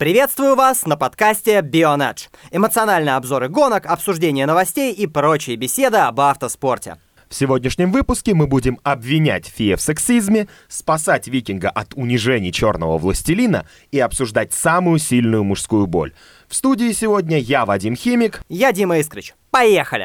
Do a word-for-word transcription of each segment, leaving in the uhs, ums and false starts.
Приветствую вас на подкасте Bionedge. Эмоциональные обзоры гонок, обсуждение новостей и прочие беседы об автоспорте. В сегодняшнем выпуске мы будем обвинять Фиа в сексизме, спасать викинга от унижений черного властелина и обсуждать самую сильную мужскую боль. В студии сегодня я, Вадим Химик. Я, Дима Искрич. Поехали!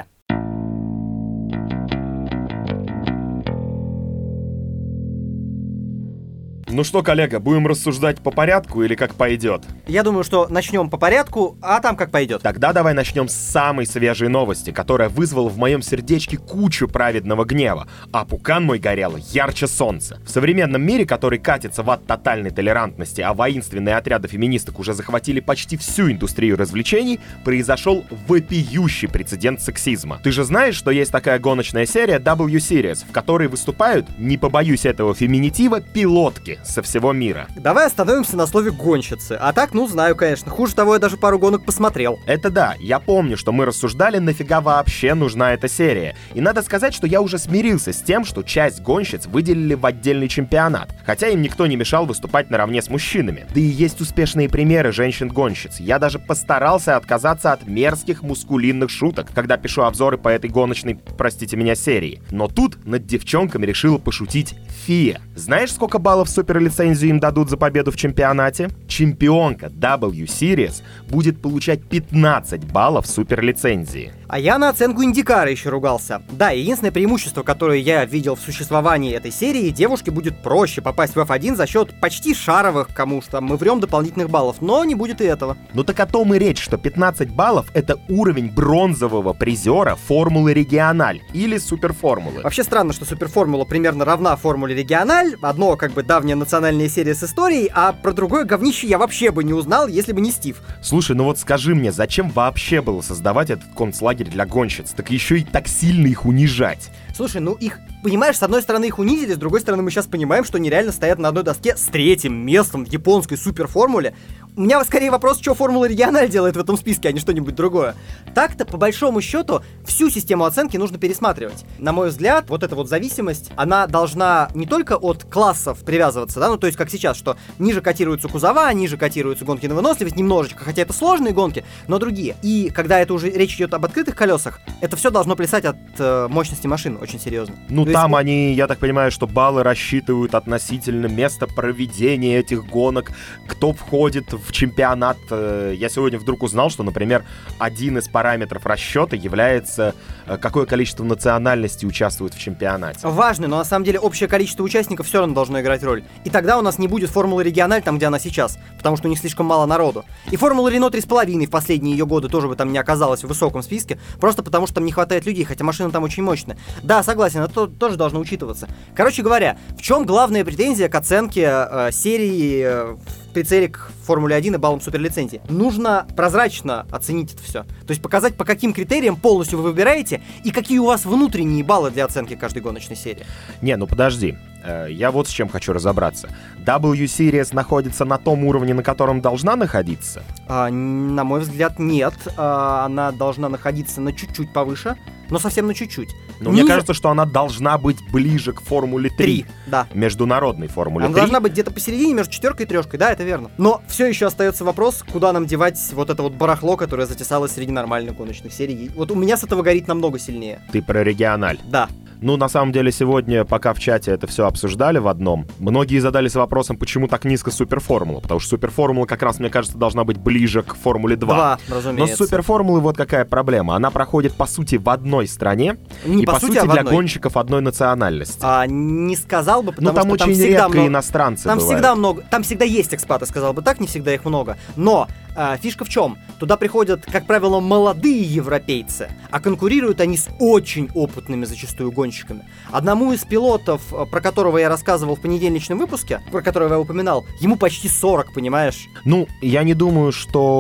Ну что, коллега, будем рассуждать по порядку или как пойдет? Я думаю, что начнем по порядку, а там как пойдет. Тогда давай начнем с самой свежей новости, которая вызвала в моем сердечке кучу праведного гнева. А пукан мой горел ярче солнца. В современном мире, который катится в ад тотальной толерантности, а воинственные отряды феминисток уже захватили почти всю индустрию развлечений, произошел вопиющий прецедент сексизма. Ты же знаешь, что есть такая гоночная серия дабл ю Series, в которой выступают, не побоюсь этого феминитива, пилотки со всего мира. Давай остановимся на слове «гонщицы». А так, ну, знаю, конечно. Хуже того, я даже пару гонок посмотрел. Это да, я помню, что мы рассуждали, нафига вообще нужна эта серия. И надо сказать, что я уже смирился с тем, что часть гонщиц выделили в отдельный чемпионат. Хотя им никто не мешал выступать наравне с мужчинами. Да и есть успешные примеры женщин-гонщиц. Я даже постарался отказаться от мерзких мускулинных шуток, когда пишу обзоры по этой гоночной, простите меня, серии. Но тут над девчонками решила пошутить Фиа. Знаешь, сколько баллов суперлицензию им дадут за победу в чемпионате? Чемпионка дабл ю Series будет получать пятнадцать баллов суперлицензии. А я на оценку Индикара еще ругался. Да, единственное преимущество, которое я видел в существовании этой серии, девушке будет проще попасть в эф один за счет почти шаровых, кому что мы врем, дополнительных баллов, но не будет и этого. Ну так о том и речь, что пятнадцать баллов — это уровень бронзового призера Формулы Региональ или Суперформулы. Вообще странно, что Суперформула примерно равна Формуле Региональ, одно как бы давняя национальная серия с историей, а про другое говнище я вообще бы не узнал, если бы не Стив. Слушай, ну вот скажи мне, зачем вообще было создавать этот концлагерь для гонщиц, так еще и так сильно их унижать? Слушай, ну их, понимаешь, с одной стороны их унизили, с другой стороны мы сейчас понимаем, что они реально стоят на одной доске с третьим местом в японской суперформуле. У меня скорее вопрос, что Формула Региональ делает в этом списке, а не что-нибудь другое. Так-то, по большому счету, всю систему оценки нужно пересматривать. На мой взгляд, вот эта вот зависимость, она должна не только от классов привязываться, да, ну то есть как сейчас, что ниже котируются кузова, ниже котируются гонки на выносливость, немножечко, хотя это сложные гонки, но другие. И когда это уже речь идет об открытых колесах, это все должно плясать от э, мощности машины очень серьезно. Ну то там есть... они, я так понимаю, что баллы рассчитывают относительно места проведения этих гонок, кто входит в в чемпионат. Я сегодня вдруг узнал, что, например, один из параметров расчета является, какое количество национальностей участвует в чемпионате. Важно, но на самом деле общее количество участников все равно должно играть роль. И тогда у нас не будет Формулы Региональ там, где она сейчас, потому что у них слишком мало народу. И Формула Рено три с половиной в последние ее годы тоже бы там не оказалась в высоком списке, просто потому что там не хватает людей, хотя машина там очень мощная. Да, согласен, это тоже должно учитываться. Короче говоря, в чем главная претензия к оценке э, серии э, в прицеле к Формуле один и баллам суперлицензии? Нужно прозрачно оценить это все. То есть показать, по каким критериям полностью вы выбираете и какие у вас внутренние баллы для оценки каждой гоночной серии. Не, ну подожди. Я вот с чем хочу разобраться. дабл ю Series находится на том уровне, на котором должна находиться? А, на мой взгляд, нет. А, она должна находиться на чуть-чуть повыше, но совсем на чуть-чуть. Но Ниже... мне кажется, что она должна быть ближе к Формуле три. три, да. Международной Формуле она три. Она должна быть где-то посередине между четверкой и трешкой, да, это верно. Но все еще остается вопрос, куда нам девать вот это вот барахло, которое затесалось среди нормальных гоночных серий. Вот у меня с этого горит намного сильнее. Ты про Региональ? Да. Ну, на самом деле, сегодня, пока в чате это все обсуждали в одном, многие задались вопросом, почему так низко Суперформула. Потому что Суперформула, как раз, мне кажется, должна быть ближе к Формуле два. два, разумеется. Но с Суперформулой вот какая проблема. Она проходит, по сути, в одной стране. Не и, по, по сути, сути, а для одной. гонщиков одной национальности. А, не сказал бы, потому ну, там что очень там всегда редко много... иностранцы Там бывают. всегда много... Там всегда есть экспаты, сказал бы так, не всегда их много. Но а, фишка в чем? Туда приходят, как правило, молодые европейцы, а конкурируют они с очень опытными зачастую гонщиками. Одному из пилотов, про которого я рассказывал в понедельничном выпуске, про которого я упоминал, ему почти сорок, понимаешь? Ну, я не думаю, что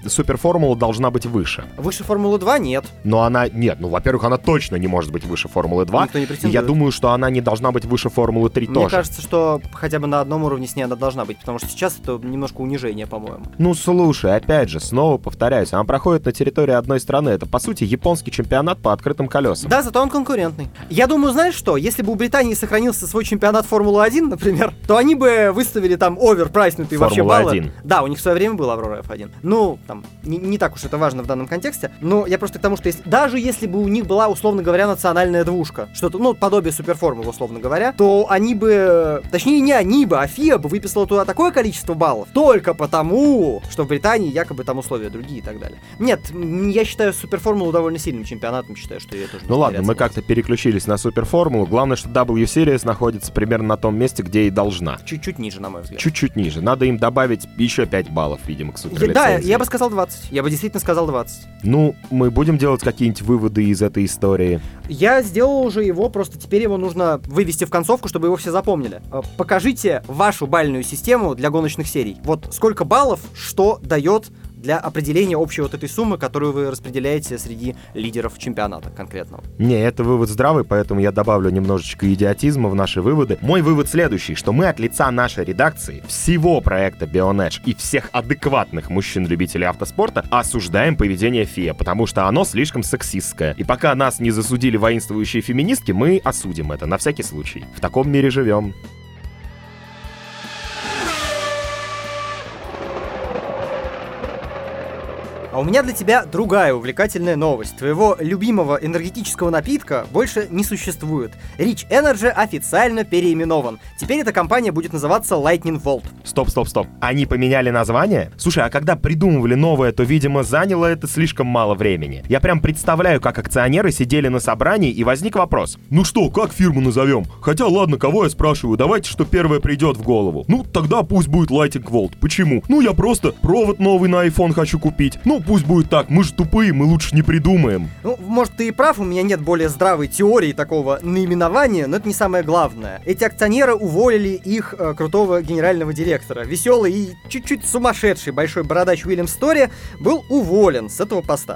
суперформула должна быть выше. Выше Формулы два нет. Но она... Нет, ну, во-первых, она точно не может быть выше Формулы два. Никто не претендует. Я думаю, что она не должна быть выше Формулы три Мне тоже. Мне кажется, что хотя бы на одном уровне с ней она должна быть, потому что сейчас это немножко унижение, по-моему. Ну, слушай, опять же, снова повторяюсь, она проходит на территории одной страны. Это, по сути, японский чемпионат по открытым колесам. Да, зато он конкурентный. Я думаю, знаешь что, если бы у Британии сохранился свой чемпионат Формулы один, например, то они бы выставили там оверпрайснутые вообще баллы. один. Да, у них в свое время был Аврора эф один. Ну, там, не, не так уж это важно в данном контексте, но я просто к тому, что если, даже если бы у них была, условно говоря, национальная двушка, что-то, ну, подобие суперформулы, условно говоря, то они бы, точнее, не они бы, а ФИА бы выписала туда такое количество баллов только потому, что в Британии якобы там условия другие и так далее. Нет, я считаю суперформулу довольно сильным чемпионатом, считаю, что ее тоже... Ну ладно, мы как-то переключились на суперформулу. Главное, что дабл ю Series находится примерно на том месте, где и должна. Чуть-чуть ниже, на мой взгляд. Чуть-чуть ниже. Надо им добавить еще пять баллов, видимо, к суперлицензии. Да, я бы сказал двадцать. Я бы действительно сказал двадцать. Ну, мы будем делать какие-нибудь выводы из этой истории? Я сделал уже его, просто теперь его нужно вывести в концовку, чтобы его все запомнили. Покажите вашу бальную систему для гоночных серий. Вот сколько баллов, что дает для определения общей вот этой суммы, которую вы распределяете среди лидеров чемпионата конкретного. Не, это вывод здравый, поэтому я добавлю немножечко идиотизма в наши выводы. Мой вывод следующий, что мы от лица нашей редакции, всего проекта Bionedge и всех адекватных мужчин-любителей автоспорта осуждаем поведение ФИА, потому что оно слишком сексистское. И пока нас не засудили воинствующие феминистки, мы осудим это на всякий случай. В таком мире живем. А у меня для тебя другая увлекательная новость. Твоего любимого энергетического напитка больше не существует. Rich Energy официально переименован. Теперь эта компания будет называться Lightning Volt. Стоп, стоп, стоп. Они поменяли название? Слушай, а когда придумывали новое, то, видимо, заняло это слишком мало времени. Я прям представляю, как акционеры сидели на собрании, и возник вопрос. Ну что, как фирму назовем? Хотя, ладно, кого я спрашиваю? Давайте, что первое придет в голову. Ну, тогда пусть будет Lightning Volt. Почему? Ну, я просто провод новый на iPhone хочу купить. Ну, пусть будет так, мы же тупые, мы лучше не придумаем. Ну, может, ты и прав, у меня нет более здравой теории такого наименования, но это не самое главное. Эти акционеры уволили их э, крутого генерального директора. Веселый и чуть-чуть сумасшедший большой бородач Уильям Стори был уволен с этого поста.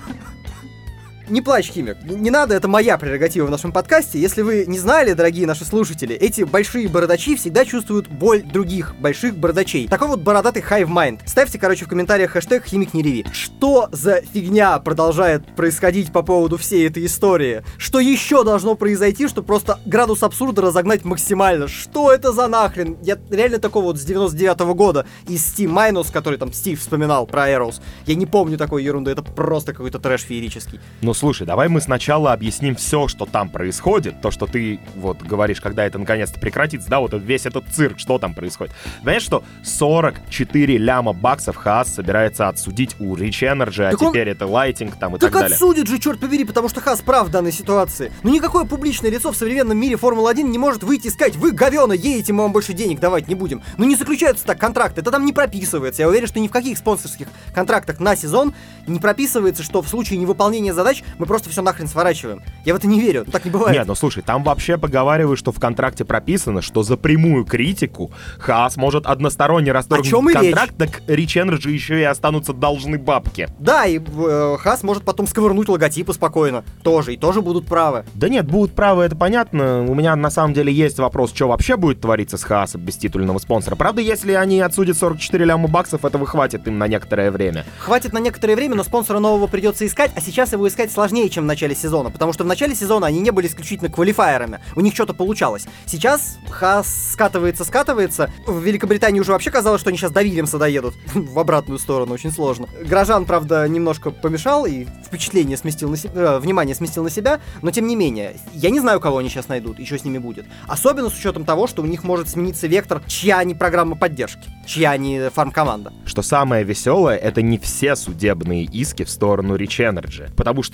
Не плачь, Химик, не надо, это моя прерогатива в нашем подкасте. Если вы не знали, дорогие наши слушатели, эти большие бородачи всегда чувствуют боль других больших бородачей. Такой вот бородатый hive mind. Ставьте, короче, в комментариях хэштег Химик не реви. Что за фигня продолжает происходить по поводу всей этой истории? Что еще должно произойти, чтобы просто градус абсурда разогнать максимально? Что это за нахрен? Я реально такого вот с девяносто девятого года из Steam Minus, который там Стив вспоминал про Arrows, я не помню такой ерунды, это просто какой-то трэш феерический. Ну слушай, давай мы сначала объясним все, что там происходит, то, что ты вот говоришь, когда это наконец-то прекратится, да, вот весь этот цирк, что там происходит. Понимаешь, что сорок четыре ляма баксов Хаас собирается отсудить у Rich Energy, а так теперь он... это Lighting там и так так далее. Так отсудит же, черт побери, потому что Хаас прав в данной ситуации. Ну никакое публичное лицо в современном мире Формулы один не может выйти и сказать: вы говёно, едете, мы вам больше денег давать не будем. Ну не заключаются так контракты, это там не прописывается. Я уверен, что ни в каких спонсорских контрактах на сезон не прописывается, что в случае невыполнения задач мы просто все нахрен сворачиваем. Я в это не верю, так не бывает. Нет, ну слушай, там вообще поговаривают, что в контракте прописано, что за прямую критику Хаас может односторонне расторгнуть контракт, так Rich Energy еще и останутся должны бабки. Да, и э, Хаас может потом сковырнуть логотипы спокойно. Тоже, и тоже будут правы. Да нет, будут правы, это понятно. У меня на самом деле есть вопрос, что вообще будет твориться с Хаасом без титульного спонсора. Правда, если они отсудят сорок четыре ляма баксов, этого хватит им на некоторое время. Хватит на некоторое время, но спонсора нового придется искать, а сейчас его искать сложнее, чем в начале сезона, потому что в начале сезона они не были исключительно квалифайерами, у них что-то получалось. Сейчас Хаас скатывается, скатывается. В Великобритании уже вообще казалось, что они сейчас до Вильямса доедут. В обратную сторону, очень сложно. Грожан, правда, немножко помешал и впечатление сместил на себя, э, внимание сместил на себя, но тем не менее, я не знаю, кого они сейчас найдут и что с ними будет. Особенно с учетом того, что у них может смениться вектор, чья они программа поддержки, чья они фарм-команда. Что самое веселое, это не все судебные иски в сторону Rich Energy, потому что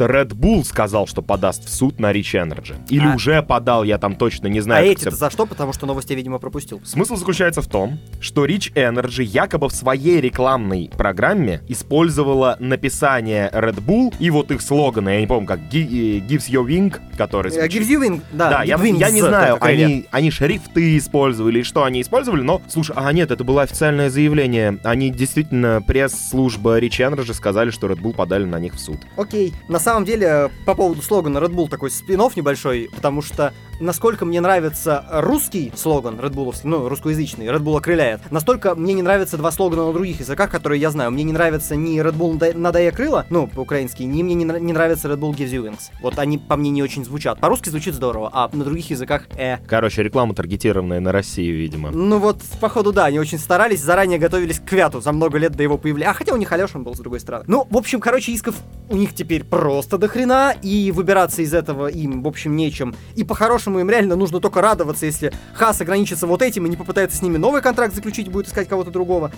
Red Bull сказал, что подаст в суд на Rich Energy. Или А. уже подал, я там точно не знаю. А как эти-то всё- за что? Потому что новости я, видимо, пропустил. Смысл заключается в том, что Rich Energy якобы в своей рекламной программе использовала написание Red Bull и вот их слоганы, я не помню, как Gi- э, Gives You Wing, который Э, звучит. Gives you wing, да. Да, я, Wings, я не так, знаю, как крылья. они, они шрифты использовали, что они использовали, но, слушай, а нет, это было официальное заявление. Они действительно, пресс-служба Rich Energy сказали, что Red Bull подали на них в суд. Окей. На самом деле, по поводу слогана Red Bull такой спин-офф небольшой, потому что насколько мне нравится русский слоган Red Bull'овский, ну, русскоязычный, Red Bull окрыляет, настолько мне не нравятся два слогана на других языках, которые я знаю. Мне не нравится ни Red Bull нада- надає крыло, ну, по-украински, ни мне не, нра- не нравится Red Bull gives you wings. Вот они по мне не очень звучат. По-русски звучит здорово, а на других языках э. Короче, реклама таргетированная на Россию, видимо. Ну вот, походу, да, они очень старались, заранее готовились к Квяту за много лет до его появления. А хотя у них Алешин был, с другой стороны. Ну, в общем, короче, исков у них теперь просто до хрена, и выбираться из этого им, в общем, нечем. И по-хорошему им реально нужно только радоваться, если Хас ограничится вот этим и не попытается с ними новый контракт заключить, будет искать кого-то другого.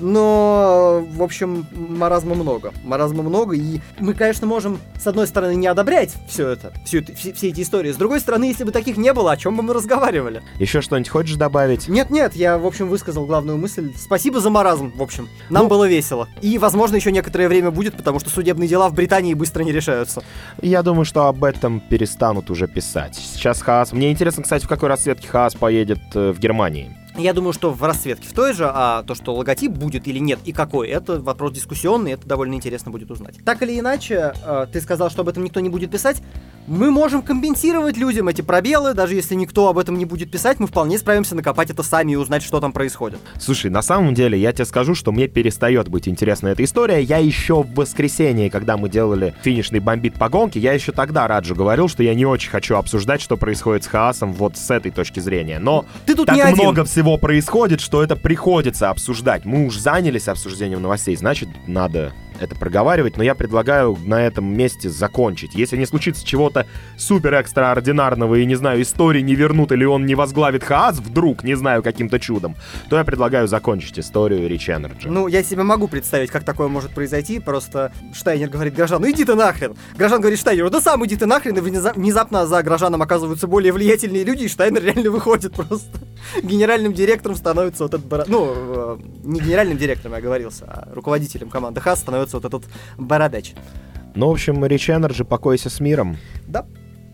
Но, в общем, маразма много. Маразма много, и мы, конечно, можем, с одной стороны, не одобрять все это, всю это все, все эти истории. С другой стороны, если бы таких не было, о чем бы мы разговаривали? Еще что-нибудь хочешь добавить? Нет-нет, я, в общем, высказал главную мысль. Спасибо за маразм, в общем. Нам Ну, было весело. И, возможно, еще некоторое время будет, потому что судебные дела в Британии быстро не решаются. Я думаю, что об этом перестанут уже писать. Сейчас Хаас... Мне интересно, кстати, в какой расцветке Хаас поедет э, в Германии. Я думаю, что в расцветке в той же, а то, что логотип будет или нет, и какой, это вопрос дискуссионный, это довольно интересно будет узнать. Так или иначе, э, ты сказал, что об этом никто не будет писать. Мы можем компенсировать людям эти пробелы, даже если никто об этом не будет писать, мы вполне справимся накопать это сами и узнать, что там происходит. Слушай, на самом деле, я тебе скажу, что мне перестает быть интересна эта история. Я еще в воскресенье, когда мы делали финишный бомбит по гонке, я еще тогда Раджу говорил, что я не очень хочу обсуждать, что происходит с Хаасом вот с этой точки зрения. Но Ты тут так не один. много всего происходит, что это приходится обсуждать. Мы уж занялись обсуждением новостей, значит, надо это проговаривать, но я предлагаю на этом месте закончить. Если не случится чего-то супер экстраординарного и, не знаю, истории не вернут или он не возглавит Хаас вдруг, не знаю, каким-то чудом, то я предлагаю закончить историю Rich Energy. Ну, я себе могу представить, как такое может произойти, просто Штайнер говорит Грожану, иди ты нахрен. Грожан говорит Штайнеру, да сам иди ты нахрен, и внеза- внезапно за Грожаном оказываются более влиятельные люди, и Штайнер реально выходит просто. Генеральным директором становится вот этот... бора- Ну, э, не генеральным директором я оговорился, а руководителем команды Хаас становится вот этот бородач. Ну, в общем, Rich Energy, покойся с миром. Да.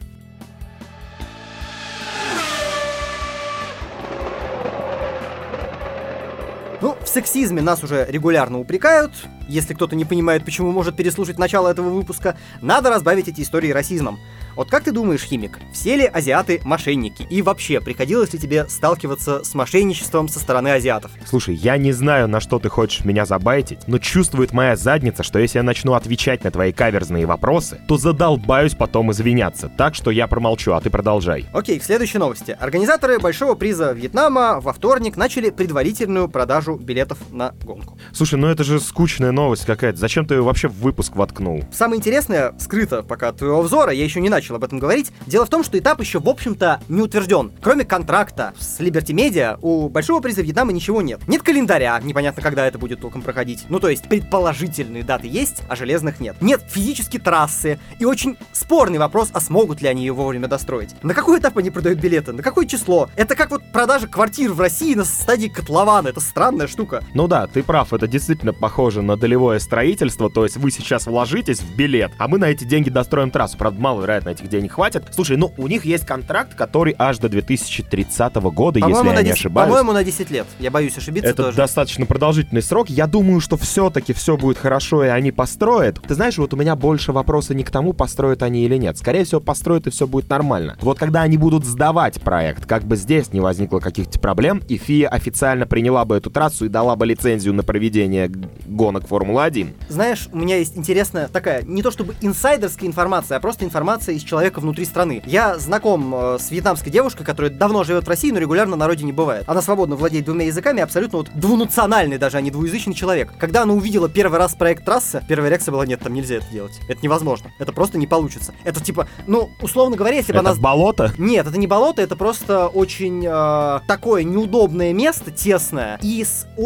Ну, в сексизме нас уже регулярно упрекают. Если кто-то не понимает, почему может переслушать начало этого выпуска, надо разбавить эти истории расизмом. Вот как ты думаешь, химик, все ли азиаты мошенники? И вообще, приходилось ли тебе сталкиваться с мошенничеством со стороны азиатов? Слушай, я не знаю, на что ты хочешь меня забайтить, но чувствует моя задница, что если я начну отвечать на твои каверзные вопросы, то задолбаюсь потом извиняться. Так что я промолчу, а ты продолжай. Окей, к следующей новости. Организаторы Большого приза Вьетнама во вторник начали предварительную продажу билетов на гонку. Слушай, ну это же скучная новость какая-то. Зачем ты ее вообще в выпуск воткнул? Самое интересное скрыто пока от твоего взора, я еще не начал об этом говорить. Дело в том, что этап еще, в общем-то, не утвержден. Кроме контракта с Liberty Media, у Большого приза Вьетнама ничего нет. Нет календаря, непонятно, когда это будет толком проходить. Ну, то есть, предположительные даты есть, а железных нет. Нет физически трассы. И очень спорный вопрос, а смогут ли они ее вовремя достроить. На какой этап они продают билеты? На какое число? Это как вот продажа квартир в России на стадии котлована. Это странная штука. Ну да, ты прав, это действительно похоже на долевое строительство, то есть вы сейчас вложитесь в билет, а мы на эти деньги достроим трассу. Правда, маловероятно, этих денег хватит. Слушай, ну у них есть контракт, который аж до две тысячи тридцатого года, если я на не десять ошибаюсь. По-моему, на десять лет. Я боюсь ошибиться Это тоже. достаточно продолжительный срок. Я думаю, что все-таки все будет хорошо, и они построят. Ты знаешь, вот у меня больше вопроса не к тому, построят они или нет. Скорее всего, построят, и все будет нормально. Вот когда они будут сдавать проект, как бы здесь не возникло каких-то проблем, и ФИА официально приняла бы эту трассу и дала бы лицензию на проведение г- гонок Формулы один. Знаешь, у меня есть интересная такая, не то чтобы инсайдерская информация, а просто информация из человека внутри страны. Я знаком э, с вьетнамской девушкой, которая давно живет в России, но регулярно на родине бывает. Она свободно владеет двумя языками, абсолютно вот двунациональный даже, а не двуязычный человек. Когда она увидела первый раз проект трассы, первая реакция была: нет, там нельзя это делать. Это невозможно. Это просто не получится. Это типа, ну, условно говоря, если бы Это она... болото? Нет, это не болото, это просто очень э, такое неудобное место, тесное, и с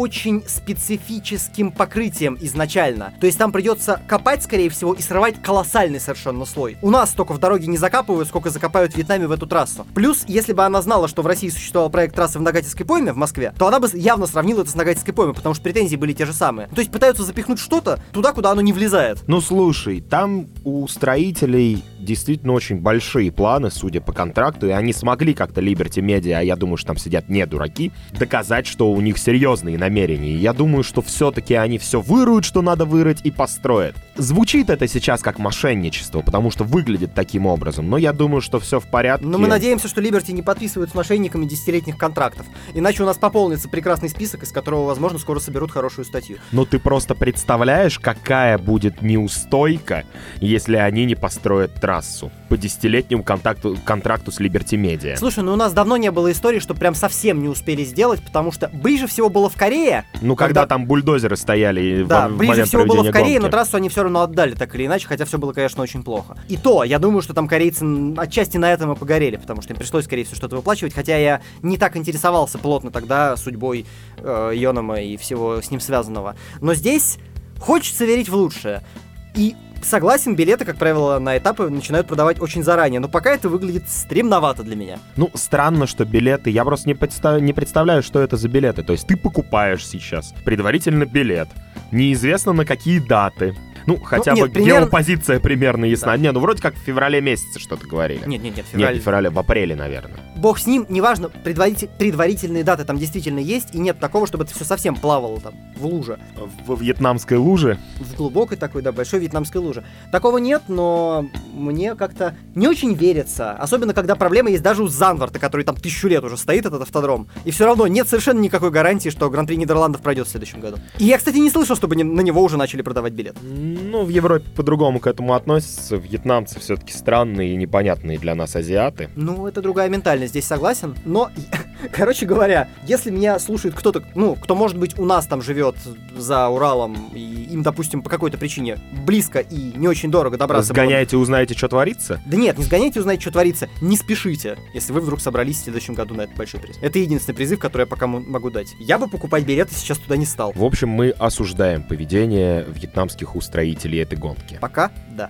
очень специфическим покрытием изначально. То есть там придется копать, скорее всего, и срывать колоссальный совершенно слой. У нас столько в дороге не закапывают, сколько закопают в Вьетнаме в эту трассу. Плюс, если бы она знала, что в России существовал проект трассы в Нагатинской пойме в Москве, то она бы явно сравнила это с Нагатинской поймой, потому что претензии были те же самые. То есть пытаются запихнуть что-то туда, куда оно не влезает. Ну слушай, там у строителей действительно очень большие планы, судя по контракту, и они смогли как-то Liberty Media, а я думаю, что там сидят не дураки, доказать, что у них серьезные намерения. И я думаю, что все-таки они все выруют, что надо вырыть, и построят. Звучит это сейчас как мошенничество, потому что выглядит таким образом, но я думаю, что все в порядке. Но мы надеемся, что Liberty не подписывают с мошенниками десятилетних контрактов, иначе у нас пополнится прекрасный список, из которого, возможно, скоро соберут хорошую статью. Ну ты просто представляешь, какая будет неустойка, если они не построят трассу по десятилетнему контракту, контракту с Liberty Media. Слушай, ну у нас давно не было истории, что прям совсем не успели сделать, потому что ближе всего было в Корее. Ну, когда, когда там бульдозеры стояли. Да, в, ближе в всего было в Корее, гонки. Но трассу они все равно отдали, так или иначе, хотя все было, конечно, очень плохо. И то, я думаю, что там корейцы отчасти на этом и погорели, потому что им пришлось, скорее всего, что-то выплачивать, хотя я не так интересовался плотно тогда судьбой э, Йонома и всего с ним связанного. Но здесь хочется верить в лучшее. И согласен, билеты, как правило, на этапы начинают продавать очень заранее, но пока это выглядит стремновато для меня. Ну, странно, что билеты... Я просто не, представ... не представляю, что это за билеты. То есть ты покупаешь сейчас предварительно билет, неизвестно на какие даты. Ну, хотя ну, нет, бы пример... геопозиция примерно ясна. Да. Не, ну вроде как в феврале месяце что-то говорили. Нет, нет, нет, февраль... Нет, в феврале, в апреле, наверное. Бог с ним, неважно, предваритель... предварительные даты там действительно есть, и нет такого, чтобы это все совсем плавало там в луже. В вьетнамской луже? В глубокой такой, да, большой вьетнамской луже. Такого нет, но мне как-то не очень верится. Особенно, когда проблема есть даже у Занварта, который там тысячу лет уже стоит, этот автодром. И все равно нет совершенно никакой гарантии, что Гран-при Нидерландов пройдет в следующем году. И я, кстати, не слышал, чтобы на него уже начали продавать билет. Ну, в Европе по-другому к этому относятся. Вьетнамцы все-таки странные и непонятные для нас азиаты. Ну, это другая ментальность, здесь согласен. Но, короче говоря, если меня слушает кто-то, ну, кто, может быть, у нас там живет за Уралом, и им, допустим, по какой-то причине близко и не очень дорого добраться... Сгоняйте, узнаете, что творится? Да нет, не сгоняйте, узнаете, что творится. Не спешите, если вы вдруг собрались в следующем году на этот большой приз. Это единственный призыв, который я пока могу дать. Я бы покупать билеты сейчас туда не стал. В общем, мы осуждаем поведение вьетнамских устроителей этой гонки. Пока, да.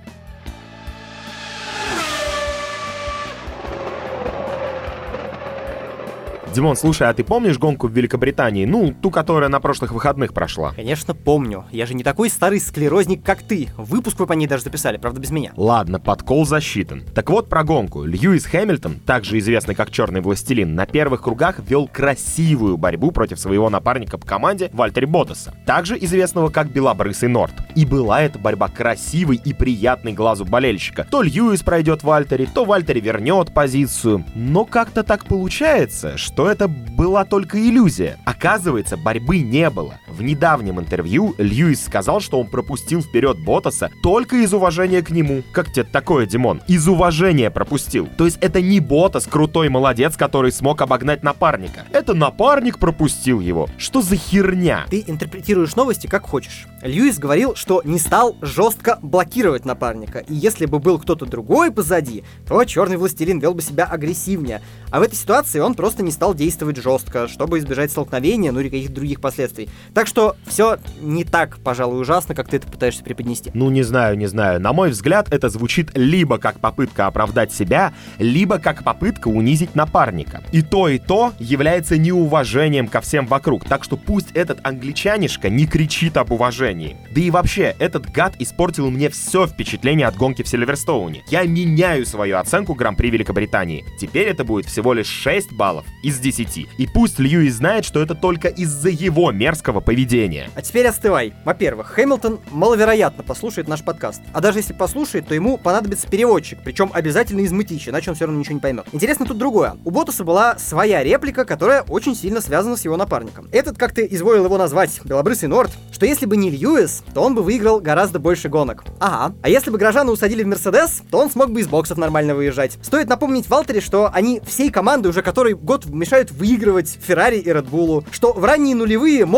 Димон, слушай, а ты помнишь гонку в Великобритании? Ну, ту, которая на прошлых выходных прошла. Конечно, помню. Я же не такой старый склерозник, как ты. Выпуск вы по ней даже записали, правда, без меня. Ладно, подкол засчитан. Так вот про гонку. Льюис Хэмилтон, также известный как Черный Властелин, на первых кругах вел красивую борьбу против своего напарника по команде Вальтери Боттаса, также известного как Белобрысый Норд. И была эта борьба красивой и приятной глазу болельщика. То Льюис пройдет Вальтери, то Вальтери вернет позицию. Но как-то так получается, что это была только иллюзия. Оказывается, борьбы не было. В недавнем интервью Льюис сказал, что он пропустил вперед Боттаса только из уважения к нему. Как тебе такое, Димон? Из уважения пропустил. То есть это не Боттас крутой молодец, который смог обогнать напарника. Это напарник пропустил его. Что за херня? Ты интерпретируешь новости как хочешь. Льюис говорил, что не стал жестко блокировать напарника. И если бы был кто-то другой позади, то Черный Властелин вел бы себя агрессивнее. А в этой ситуации он просто не стал действовать жестко, чтобы избежать столкновения, ну или каких-то других последствий. Так что все не так, пожалуй, ужасно, как ты это пытаешься преподнести. Ну, не знаю, не знаю. На мой взгляд, это звучит либо как попытка оправдать себя, либо как попытка унизить напарника. И то, и то является неуважением ко всем вокруг. Так что пусть этот англичанишка не кричит об уважении. Да и вообще, этот гад испортил мне все впечатление от гонки в Сильверстоуне. Я меняю свою оценку Гран-при Великобритании. Теперь это будет всего лишь шесть баллов из десяти. И пусть Льюис знает, что это только из-за его мерзкого поведения. А теперь остывай. Во-первых, Хэмилтон маловероятно послушает наш подкаст. А даже если послушает, то ему понадобится переводчик, причем обязательно из Мытищи, иначе он все равно ничего не поймет. Интересно тут другое. У Боттаса была своя реплика, которая очень сильно связана с его напарником. Этот, как ты изволил его назвать, Белобрысый Норд, что если бы не Льюис, то он бы выиграл гораздо больше гонок. Ага. А если бы Грожана усадили в Мерседес, то он смог бы из боксов нормально выезжать. Стоит напомнить Валтери, что они всей командой уже который год мешают выигрывать Феррари и Red Bull, что в ранние нулевые модно было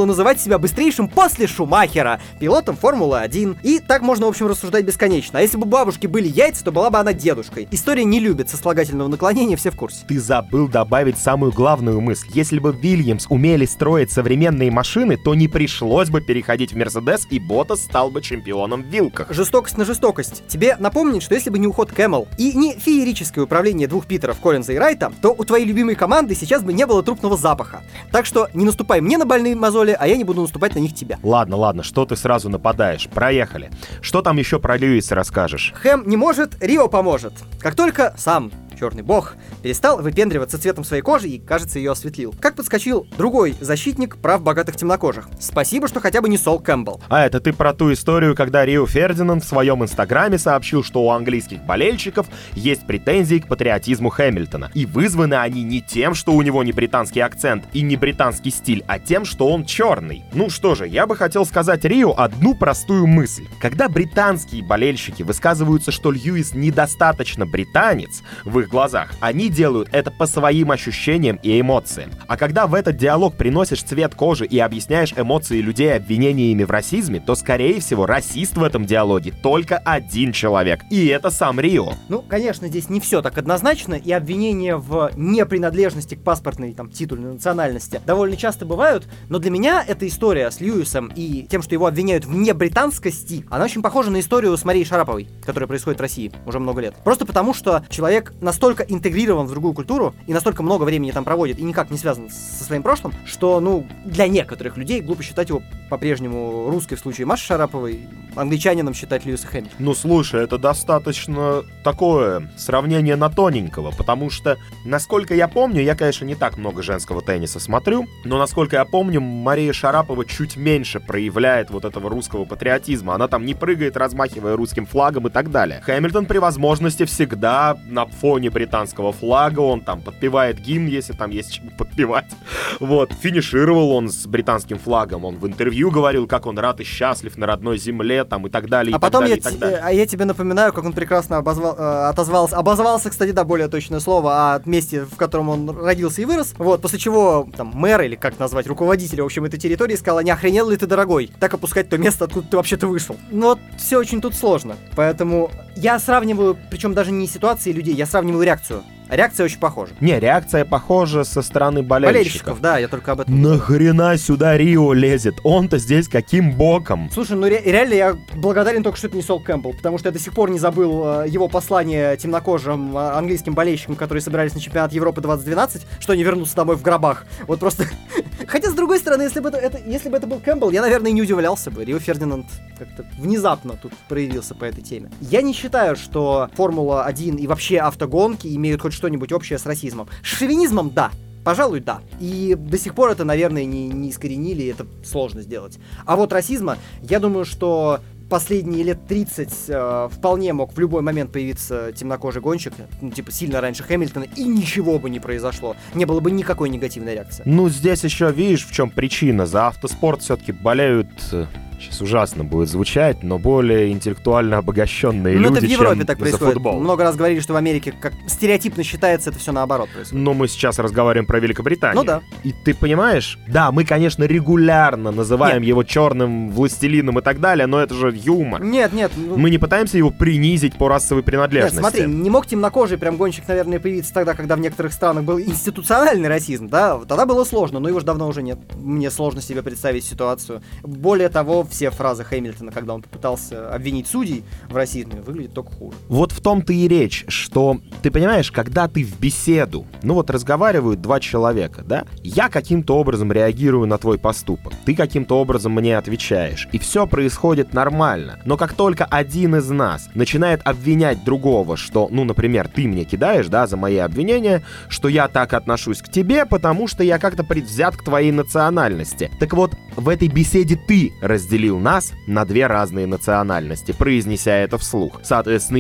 называть себя быстрейшим после Шумахера, пилотом Формулы один. И так можно, в общем, рассуждать бесконечно. А если бы у бабушки были яйца, то была бы она дедушкой. История не любит сослагательного наклонения, все в курсе. Ты забыл добавить самую главную мысль. Если бы Вильямс умели строить современные машины, то не пришлось бы переходить в Мерседес, и Ботас стал бы чемпионом в вилках. Жестокость на жестокость. Тебе напомнить, что если бы не уход Кэмел и не феерическое управление двух Питеров, Коллинза и Райта, то у твоей любимой команды сейчас бы не было трупного запаха. Так что не наступай мне на больные мозоли, а я не буду наступать на них тебя. Ладно, ладно, что ты сразу нападаешь? Проехали. Что там еще про Льюиса расскажешь? Хэм не может, Рио поможет. Как только сам черный бог перестал выпендриваться цветом своей кожи и, кажется, ее осветлил. Как подскочил другой защитник прав богатых темнокожих. Спасибо, что хотя бы не Сол Кэмпбелл. А это ты про ту историю, когда Рио Фердинанд в своем инстаграме сообщил, что у английских болельщиков есть претензии к патриотизму Хэмилтона. И вызваны они не тем, что у него не британский акцент и не британский стиль, а тем, что он черный. Ну что же, я бы хотел сказать Рио одну простую мысль. Когда британские болельщики высказываются, что Льюис недостаточно британец в их глазах, они делают это по своим ощущениям и эмоциям. А когда в этот диалог приносишь цвет кожи и объясняешь эмоции людей обвинениями в расизме, то, скорее всего, расист в этом диалоге только один человек. И это сам Рио. Ну, конечно, здесь не все так однозначно, и обвинения в непринадлежности к паспортной, там, титульной национальности довольно часто бывают, но для меня эта история с Льюисом и тем, что его обвиняют в небританскости, она очень похожа на историю с Марией Шараповой, которая происходит в России уже много лет. Просто потому, что человек настолько интегрирован в другую культуру и настолько много времени там проводит и никак не связан со своим прошлым, что, ну, для некоторых людей глупо считать его по-прежнему русской в случае Маши Шараповой, англичанином считать Льюиса Хэмилтона. Ну, слушай, это достаточно такое сравнение на тоненького, потому что, насколько я помню, я, конечно, не так много женского тенниса смотрю, но, насколько я помню, Мария Шарапова чуть меньше проявляет вот этого русского патриотизма. Она там не прыгает, размахивая русским флагом и так далее. Хэмилтон при возможности всегда на фоне британского флага, он там подпевает гимн, если там есть чему подпевать. Вот, финишировал он с британским флагом, он в интервью говорил, как он рад и счастлив на родной земле, там, и так далее, и а так потом далее, я и так т- далее. А я тебе напоминаю, как он прекрасно обозвал, э, отозвался, обозвался, кстати, да, более точное слово, о месте, в котором он родился и вырос, вот, после чего, там, мэр, или как назвать, руководитель, в общем, этой территории, сказал, не охренел ли ты, дорогой, так опускать то место, откуда ты вообще-то вышел. Ну, вот, все очень тут сложно, поэтому я сравниваю, причем даже не ситуации людей, я сравниваю реакцию. Реакция очень похожа. Не, реакция похожа со стороны болельщиков. Болельщиков, да, я только об этом. Нахрена сюда Рио лезет? Он-то здесь каким боком? Слушай, ну ре- реально я благодарен только, что это не Сол Кэмпбелл, потому что я до сих пор не забыл э, его послание темнокожим э, английским болельщикам, которые собирались на чемпионат Европы двадцать двенадцать, что они вернутся домой в гробах. Вот просто... Хотя, с другой стороны, если бы это, это, если бы это был Кэмпбелл, я, наверное, и не удивлялся бы. Рио Фердинанд как-то внезапно тут проявился по этой теме. Я не считаю, что Формула один и вообще автогонки имеют хоть что-нибудь общее с расизмом. С шовинизмом — да. Пожалуй, да. И до сих пор это, наверное, не, не искоренили, это сложно сделать. А вот расизма, я думаю, что последние лет тридцать э, вполне мог в любой момент появиться темнокожий гонщик, ну, типа, сильно раньше Хэмилтона, и ничего бы не произошло. Не было бы никакой негативной реакции. Ну, здесь еще, видишь, в чем причина. За автоспорт все-таки болеют... Сейчас ужасно будет звучать, но более интеллектуально обогащенные ну, люди, это в Европе чем так за происходит. футбол. Много раз говорили, что в Америке, как стереотипно считается, это все наоборот происходит. Но мы сейчас разговариваем про Великобританию. Ну да. И ты понимаешь, да, мы, конечно, регулярно называем Нет. его черным властелином и так далее, но это же юмор. Нет, нет. Ну... Мы не пытаемся его принизить по расовой принадлежности. Нет, смотри, не мог темнокожий прям гонщик, наверное, появиться тогда, когда в некоторых странах был институциональный расизм, да? Тогда было сложно, но его же давно уже нет. Мне сложно себе представить ситуацию. Более того, все фразы Хэмилтона, когда он попытался обвинить судей в расизме, выглядит только хуже. Вот в том-то и речь, что, ты понимаешь, когда ты в беседу, ну вот разговаривают два человека, да, я каким-то образом реагирую на твой поступок, ты каким-то образом мне отвечаешь, и все происходит нормально. Но как только один из нас начинает обвинять другого, что, ну, например, ты мне кидаешь, да, за мои обвинения, что я так отношусь к тебе, потому что я как-то предвзят к твоей национальности. Так вот, в этой беседе ты разделил нас на две разные национальности, произнеся это вслух. Соответственно, и, наци...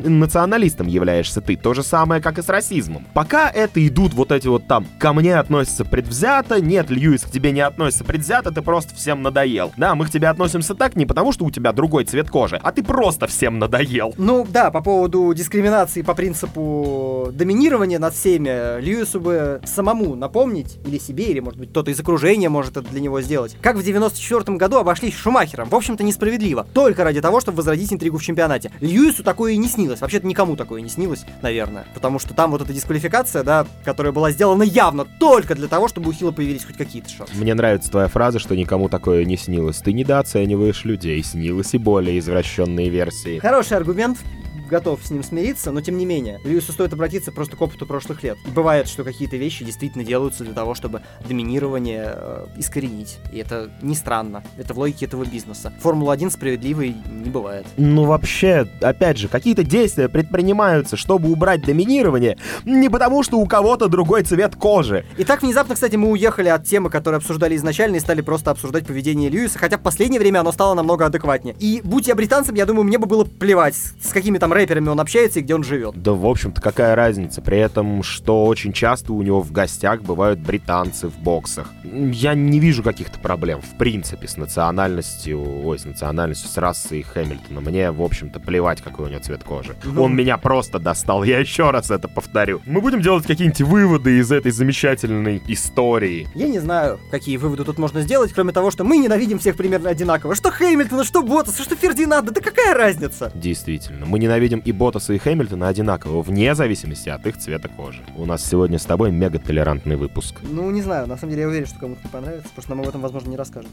националистом являешься ты. То же самое, как и с расизмом. Пока это идут вот эти вот там «ко мне относятся предвзято», «нет, Льюис, к тебе не относится предвзято, ты просто всем надоел». Да, мы к тебе относимся так не потому, что у тебя другой цвет кожи, а ты просто всем надоел. Ну да, по поводу дискриминации по принципу доминирования над всеми, Льюису бы самому напомнить, или себе, или, может быть, кто-то из окружения может это для него сделать. Как в девяносто четвёртом году обошлись Шумахером. В общем-то, несправедливо. Только ради того, чтобы возродить интригу в чемпионате. Льюису такое и не снилось. Вообще-то никому такое не снилось, наверное. Потому что там вот эта дисквалификация, да, которая была сделана явно только для того, чтобы у Хилла появились хоть какие-то шансы. Мне нравится твоя фраза, что никому такое не снилось. Ты недооцениваешь людей. Снилось и более извращенные версии. Хороший аргумент. Готов с ним смириться, но тем не менее, Льюису стоит обратиться просто к опыту прошлых лет. И бывает, что какие-то вещи действительно делаются для того, чтобы доминирование э, искоренить. И это не странно. Это в логике этого бизнеса. Формула один справедливой не бывает. Ну вообще, опять же, какие-то действия предпринимаются, чтобы убрать доминирование, не потому что у кого-то другой цвет кожи. И так внезапно, кстати, мы уехали от темы, которую обсуждали изначально, и стали просто обсуждать поведение Льюиса, хотя в последнее время оно стало намного адекватнее. И будь я британцем, я думаю, мне бы было плевать, с какими там рэперами он общается и где он живет. Да, в общем-то, какая разница? При этом, что очень часто у него в гостях бывают британцы в боксах. Я не вижу каких-то проблем, в принципе, с национальностью, ой, с национальностью, с расой Хэмилтона. Мне, в общем-то, плевать, какой у него цвет кожи. Ну... Он меня просто достал, я еще раз это повторю. Мы будем делать какие-нибудь выводы из этой замечательной истории. Я не знаю, какие выводы тут можно сделать, кроме того, что мы ненавидим всех примерно одинаково. Что Хэмилтона, что Боттаса, что Фердинанда, да какая разница? Действительно, мы ненавидим и Боттаса, и Хэмилтона одинаково, вне зависимости от их цвета кожи. У нас сегодня с тобой мега-толерантный выпуск. Ну, не знаю, на самом деле я уверен, что кому-то не понравится, потому что нам об этом, возможно, не расскажут.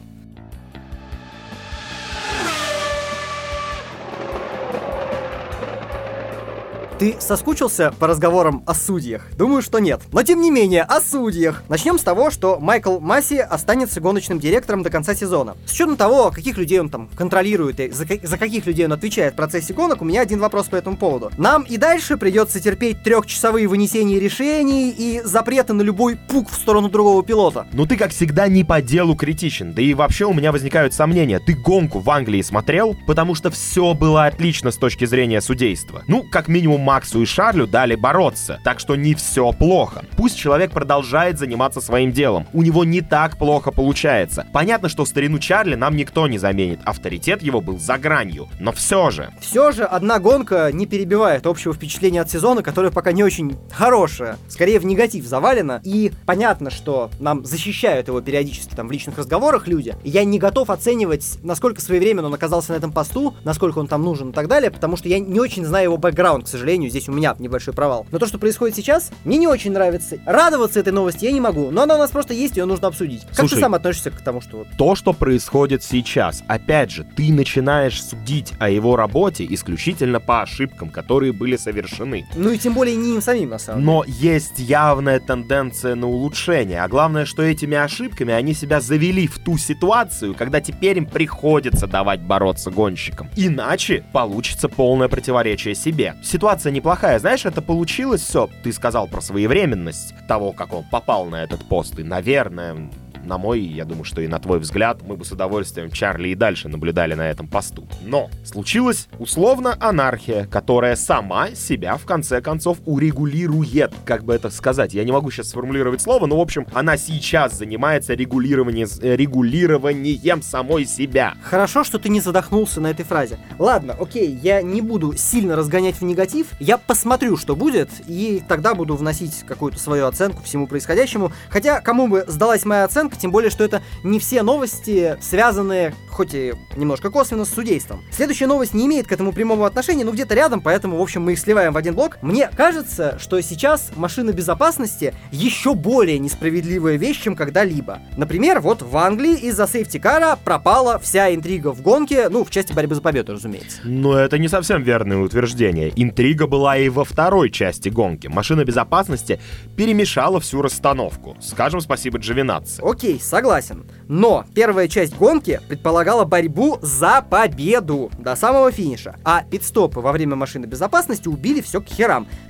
Ты соскучился по разговорам о судьях? Думаю, что нет. Но тем не менее, о судьях. Начнем с того, что Майкл Масси останется гоночным директором до конца сезона. С учетом того, каких людей он там контролирует и за, за каких людей он отвечает в процессе гонок, у меня один вопрос по этому поводу. Нам и дальше придется терпеть трехчасовые вынесения решений и запреты на любой пук в сторону другого пилота. Ну ты, как всегда, не по делу критичен. Да и вообще у меня возникают сомнения. Ты гонку в Англии смотрел? Потому что все было отлично с точки зрения судейства. Ну, как минимум, Максу и Шарлю дали бороться, так что не все плохо. Пусть человек продолжает заниматься своим делом. У него не так плохо получается. Понятно, что старину Чарли нам никто не заменит. Авторитет его был за гранью. Но все же... Все же одна гонка не перебивает общего впечатления от сезона, которое пока не очень хорошее. Скорее в негатив завалено. И понятно, что нам защищают его периодически там в личных разговорах люди. И я не готов оценивать, насколько своевременно он оказался на этом посту, насколько он там нужен и так далее, потому что я не очень знаю его бэкграунд, к сожалению. Здесь у меня небольшой провал. Но то, что происходит сейчас, мне не очень нравится. Радоваться этой новости я не могу, но она у нас просто есть, ее нужно обсудить. Как Слушай, ты сам относишься к тому, что вот... То, что происходит сейчас, опять же, ты начинаешь судить о его работе исключительно по ошибкам, которые были совершены. Ну и тем более не им самим, на самом деле. Но есть явная тенденция на улучшение, а главное, что этими ошибками они себя завели в ту ситуацию, когда теперь им приходится давать бороться гонщикам. Иначе получится полное противоречие себе. Ситуация неплохая, знаешь, это получилось все, ты сказал про своевременность того, как он попал на этот пост, и, наверное, на мой, я думаю, что и на твой взгляд, мы бы с удовольствием Чарли и дальше наблюдали на этом посту. Но случилась условно анархия, которая сама себя в конце концов урегулирует, как бы это сказать, я не могу сейчас сформулировать слово, но в общем, она сейчас занимается регулированием, регулированием самой себя. Хорошо, что ты не задохнулся на этой фразе. Ладно, окей, я не буду сильно разгонять в негатив, я посмотрю, что будет, и тогда буду вносить какую-то свою оценку всему происходящему, хотя кому бы сдалась моя оценка, тем более, что это не все новости, связанные, хоть и немножко косвенно, с судейством. Следующая новость не имеет к этому прямого отношения, но где-то рядом, поэтому, в общем, мы их сливаем в один блок. Мне кажется, что сейчас машина безопасности еще более несправедливая вещь, чем когда-либо. Например, вот в Англии из-за сейфти-кара пропала вся интрига в гонке, ну, в части борьбы за победу, разумеется. Но это не совсем верное утверждение. Интрига была и во второй части гонки. Машина безопасности перемешала всю расстановку. Скажем спасибо Джовинацци. Окей, согласен. Но первая часть гонки предполагала борьбу за победу до самого финиша. А пит-стопы во время машины безопасности убили все к херам.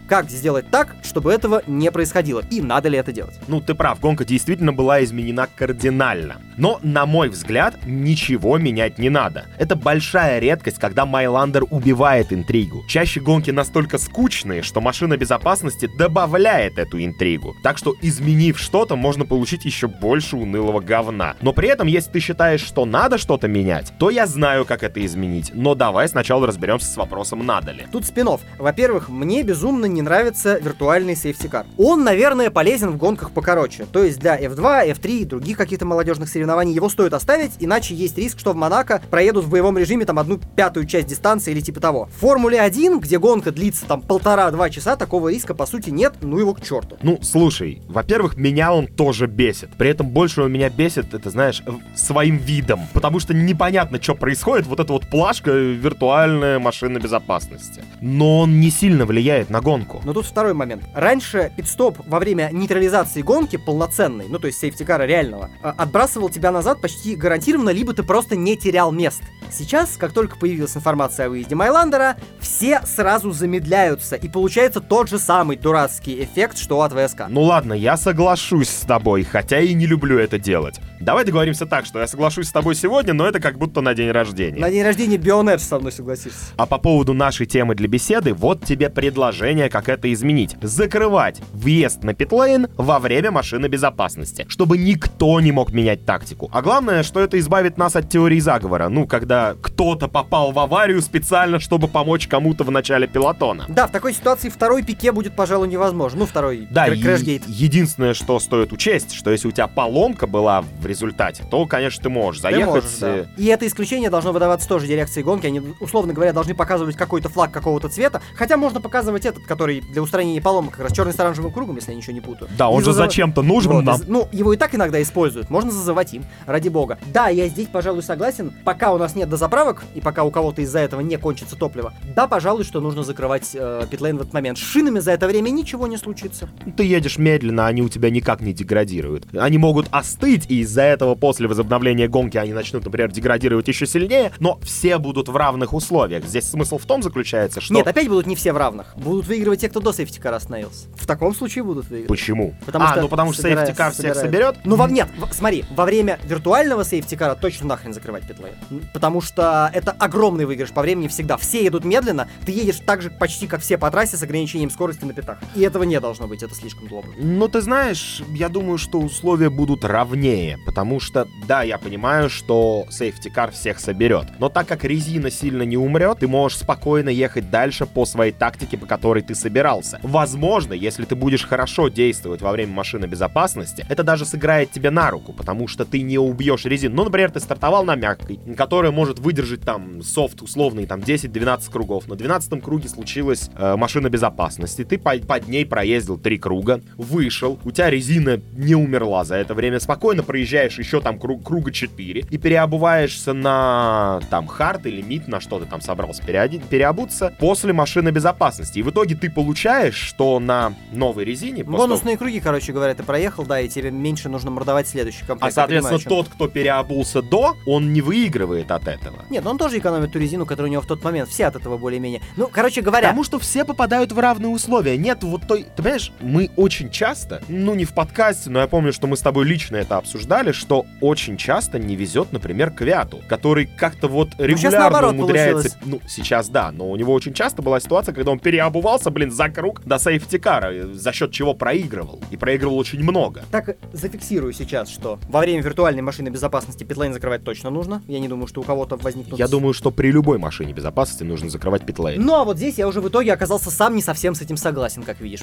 Как сделать так, чтобы этого не происходило? И надо ли это делать? Ну, ты прав, гонка действительно была изменена кардинально. Но, на мой взгляд, ничего менять не надо. Это большая редкость, когда Майландер убивает интригу. Чаще гонки настолько скучные, что машина безопасности добавляет эту интригу. Так что, изменив что-то, можно получить еще больше унылого говна. Но при этом, если ты считаешь, что надо что-то менять, то я знаю, как это изменить. Но давай сначала разберемся с вопросом, надо ли. Тут спин-офф. Во-первых, мне безумно не нравится виртуальный сейфтикар. Он, наверное, полезен в гонках покороче. То есть для эф два, эф три и других каких-то молодежных соревнований его стоит оставить, иначе есть риск, что в Монако проедут в боевом режиме там одну пятую часть дистанции или типа того. В Формуле один, где гонка длится там полтора-два часа, такого риска по сути нет, ну его к черту. Ну, слушай, во-первых, меня он тоже бесит. При этом больше он меня бесит, это, знаешь, своим видом. Потому что непонятно, что происходит, вот эта вот плашка виртуальная машина безопасности. Но он не сильно влияет на гонку. Но тут второй момент. Раньше пит-стоп во время нейтрализации гонки полноценной, ну то есть сейфтикара реального, отбрасывал тебя назад почти гарантированно, либо ты просто не терял мест. Сейчас, как только появилась информация о выезде Майландера, все сразу замедляются, и получается тот же самый дурацкий эффект, что от ВСК. Ну ладно, я соглашусь с тобой, хотя и не люблю это делать. Давай договоримся так, что я соглашусь с тобой сегодня, но это как будто на день рождения. На день рождения Бионедж со мной согласишься. А по поводу нашей темы для беседы, вот тебе предложение, как это изменить. Закрывать въезд на питлейн во время машины безопасности, чтобы никто не мог менять тактику. А главное, что это избавит нас от теории заговора. Ну, когда кто-то попал в аварию специально, чтобы помочь кому-то в начале пелотона. Да, в такой ситуации второй пике будет, пожалуй, невозможно. Ну, второй да, кр- крэшгейт. Единственное, что стоит учесть, что если у тебя поломка была в результате, то, конечно, ты можешь заехать. Ты можешь, да. И это исключение должно выдаваться тоже дирекцией гонки. Они, условно говоря, должны показывать какой-то флаг какого-то цвета. Хотя можно показывать этот, который для устранения поломок, как раз черный с оранжевым кругом, если я ничего не путаю. Да, он и же зазыв... зачем-то нужен вот, нам. Из... Ну, его и так иногда используют. Можно зазывать им, ради бога. Да, я здесь, пожалуй, согласен. Пока у нас нет дозаправок, и пока у кого-то из-за этого не кончится топливо, да, пожалуй, что нужно закрывать э, питлейн в этот момент. С шинами за это время ничего не случится. Ты едешь медленно, они у тебя никак не деградируют. Они могут остыть, и из-за этого после возобновления гонки они начнут, например, деградировать еще сильнее, но все будут в равных условиях. Здесь смысл в том заключается, что... Нет, опять будут не все в равных. Будут выигрывать те, кто до сейфтикара остановился. В таком случае будут выигрывать. Почему? Потому а, что ну потому что собирает, сейфтикар всех собирает. соберет? Ну, во, нет, в, смотри, во время виртуального сейфтикара точно нахрен закрывать питлейн. Потому что это огромный выигрыш по времени всегда. Все едут медленно, ты едешь так же почти как все по трассе с ограничением скорости на пятах. И этого не должно быть, это слишком глупо. Ну, ты знаешь, я думаю, что условия будут равнее, потому что, да, я понимаю, что сейфтикар всех соберет, но так как резина сильно не умрет, ты можешь спокойно ехать дальше по своей тактике, по которой ты собирался. Возможно, если ты будешь хорошо действовать во время машины безопасности, это даже сыграет тебе на руку, потому что ты не убьешь резину. Ну, например, ты стартовал на мягкой, которая может выдержать там софт условный, там десять-двенадцать кругов. На двенадцатом круге случилась э, машина безопасности, ты по- под ней проездил три круга, вышел, у тебя резина не умерла за это время, спокойно проезжаешь еще там круг, круга четыре и переобуваешься на там хард или мид, на что ты там собрался переоди- переобуться после машины безопасности. И в итоге ты получаешь, что на новой резине... Бонусные того... круги, короче говоря, ты проехал, да, и тебе меньше нужно мордовать следующий комплект. А, соответственно, понимаю, тот, кто переобулся до, он не выигрывает от этого. Нет, он тоже экономит ту резину, которая у него в тот момент. Все от этого более-менее. Ну, короче говоря... Потому что все попадают в равные условия. Нет вот той... Ты понимаешь, мы очень часто, ну не в подкасте, но я помню, что мы с тобой лично это обсуждали, что очень часто не везет, например, Квяту, который как-то вот регулярно ну, умудряется... Получилось. Ну, сейчас да, но у него очень часто была ситуация, когда он переобувался, блин, за круг до сейфтикара, за счет чего проигрывал. И проигрывал очень много. Так, зафиксирую сейчас, что во время виртуальной машины безопасности питлейн закрывать точно нужно. Я не думаю, что у кого-то возникнут... Я думаю, что при любой машине безопасности нужно закрывать питлейн. Ну, а вот здесь я уже в итоге оказался сам не совсем с этим согласен, как видишь.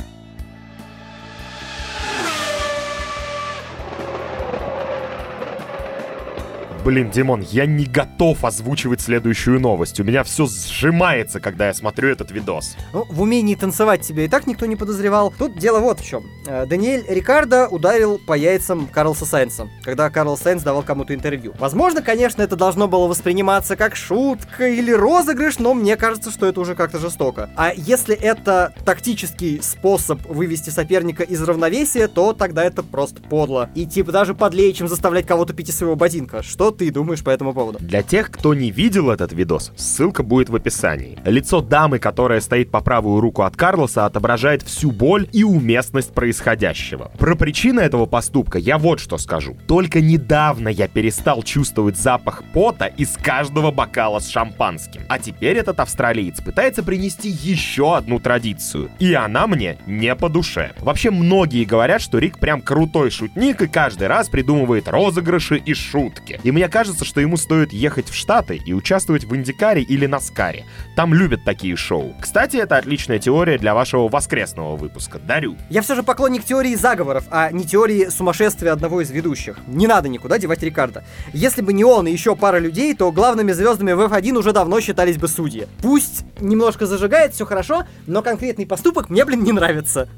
Блин, Димон, я не готов озвучивать следующую новость. У меня все сжимается, когда я смотрю этот видос. Ну, в умении танцевать тебя и так никто не подозревал. Тут дело вот в чем. Даниэль Рикардо ударил по яйцам Карлоса Сайнса, когда Карлос Сайнс давал кому-то интервью. Возможно, конечно, это должно было восприниматься как шутка или розыгрыш, но мне кажется, что это уже как-то жестоко. А если это тактический способ вывести соперника из равновесия, то тогда это просто подло. И типа даже подлее, чем заставлять кого-то пить из своего ботинка. Что ты думаешь по этому поводу? Для тех, кто не видел этот видос, ссылка будет в описании. Лицо дамы, которая стоит по правую руку от Карлоса, отображает всю боль и уместность происходящего. Про причины этого поступка я вот что скажу. Только недавно я перестал чувствовать запах пота из каждого бокала с шампанским. А теперь этот австралиец пытается принести еще одну традицию. И она мне не по душе. Вообще, многие говорят, что Рик прям крутой шутник и каждый раз придумывает розыгрыши и шутки. И мне кажется, что ему стоит ехать в Штаты и участвовать в Индикаре или Наскаре. Там любят такие шоу. Кстати, это отличная теория для вашего воскресного выпуска. Дарю. Я все же поклонник теории заговоров, а не теории сумасшествия одного из ведущих. Не надо никуда девать Рикардо. Если бы не он и еще пара людей, то главными звездами в эф один уже давно считались бы судьи. Пусть немножко зажигает, все хорошо, но конкретный поступок мне, блин, не нравится.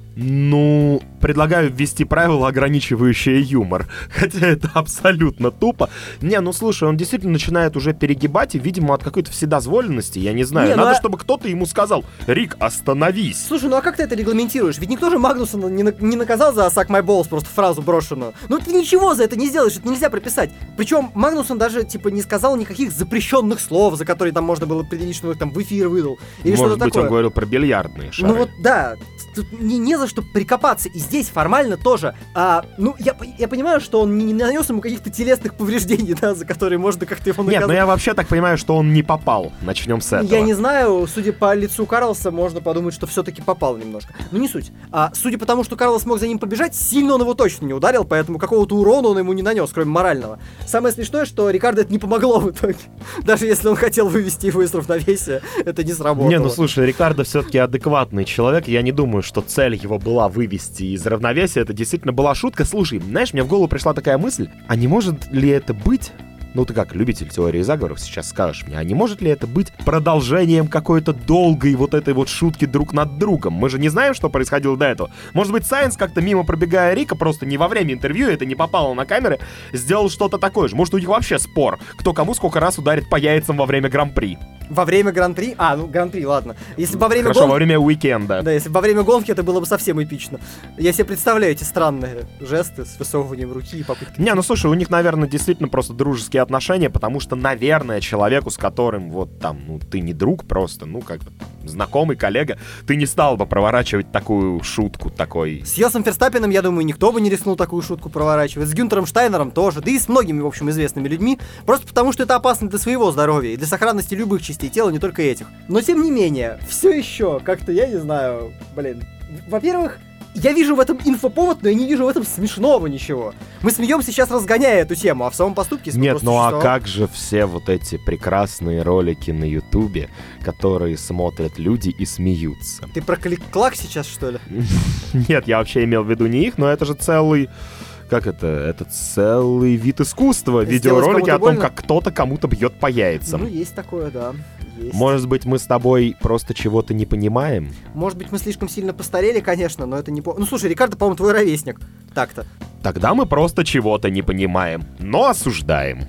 Ну, предлагаю ввести правило, ограничивающее юмор. Хотя это абсолютно тупо. Не, ну слушай, он действительно начинает уже перегибать, и, видимо, от какой-то вседозволенности, я не знаю. Не, Надо, ну, чтобы кто-то ему сказал: Рик, остановись. Слушай, ну а как ты это регламентируешь? Ведь никто же Магнусона не, на- не наказал за «suck my balls», просто фразу брошенную. Ну ты ничего за это не сделаешь, это нельзя прописать. Причем Магнусон даже, типа, не сказал никаких запрещенных слов, за которые там можно было определить, что он их там в эфир выдал. Или Может что-то быть, такое. он говорил про бильярдные шары. Ну вот, да, тут не, не за что прикопаться. И здесь формально тоже. А, ну, я, я понимаю, что он не, не нанес ему каких-то телесных повреждений, да, за которые можно как-то его наказать. Нет, ну я вообще так понимаю, что он не попал. Начнем с этого. Я не знаю, судя по лицу Карлоса, можно подумать, что все-таки попал немножко. Но не суть. А судя по тому, что Карлос смог за ним побежать, сильно он его точно не ударил, поэтому какого-то урона он ему не нанес, кроме морального. Самое смешное, что Рикардо это не помогло в итоге. Даже если он хотел вывести его из равновесия, это не сработало. Не, ну слушай, Рикардо все-таки адекватный человек. Я не думаю, что цель его была вывести из равновесия. Это действительно была шутка. Слушай, знаешь, мне в голову пришла такая мысль, а не может ли это быть... Ну ты как, любитель теории заговоров, сейчас скажешь мне, а не может ли это быть продолжением какой-то долгой вот этой вот шутки друг над другом? Мы же не знаем, что происходило до этого. Может быть, Сайенс как-то мимо пробегая Рика, просто не во время интервью, это не попало на камеры, сделал что-то такое же. Может, у них вообще спор, кто кому сколько раз ударит по яйцам во время Гран-при. Во время Гран-при? А, ну Гран-при, ладно. Если бы во время Хорошо, гонки... во время уикенда. Да, если бы во время гонки, это было бы совсем эпично. Я себе представляю эти странные жесты с высовыванием руки и попыткой. Не, ну слушай, у них, наверное, действительно просто дружеские отношения, потому что, наверное, человеку, с которым вот там, ну, ты не друг просто, ну, как бы знакомый, коллега, ты не стал бы проворачивать такую шутку, такой... С Йосом Ферстаппеном, я думаю, никто бы не рискнул такую шутку проворачивать. С Гюнтером Штайнером тоже, да и с многими, в общем, известными людьми. Просто потому, что это опасно для своего здоровья и для сохранности любых частей тела, не только этих. Но, тем не менее, все еще, как-то, я не знаю, блин. Во-первых, я вижу в этом инфоповод, но я не вижу в этом смешного ничего. Мы смеемся сейчас, разгоняя эту тему, а в самом поступке... Нет, ну а как же все вот эти прекрасные ролики на Ютубе, которые смотрят люди и смеются? Ты про клик-клак сейчас, что ли? Нет, я вообще имел в виду не их, но это же целый... Как это? Это целый вид искусства. Сделать Видеоролики о том, больно? как кто-то кому-то бьет по яйцам. Ну, есть такое, да. Есть. Может быть, мы с тобой просто чего-то не понимаем? Может быть, мы слишком сильно постарели, конечно, но это не... по- Ну, слушай, Рикардо, по-моему, твой ровесник. Так-то. Тогда мы просто чего-то не понимаем, но осуждаем.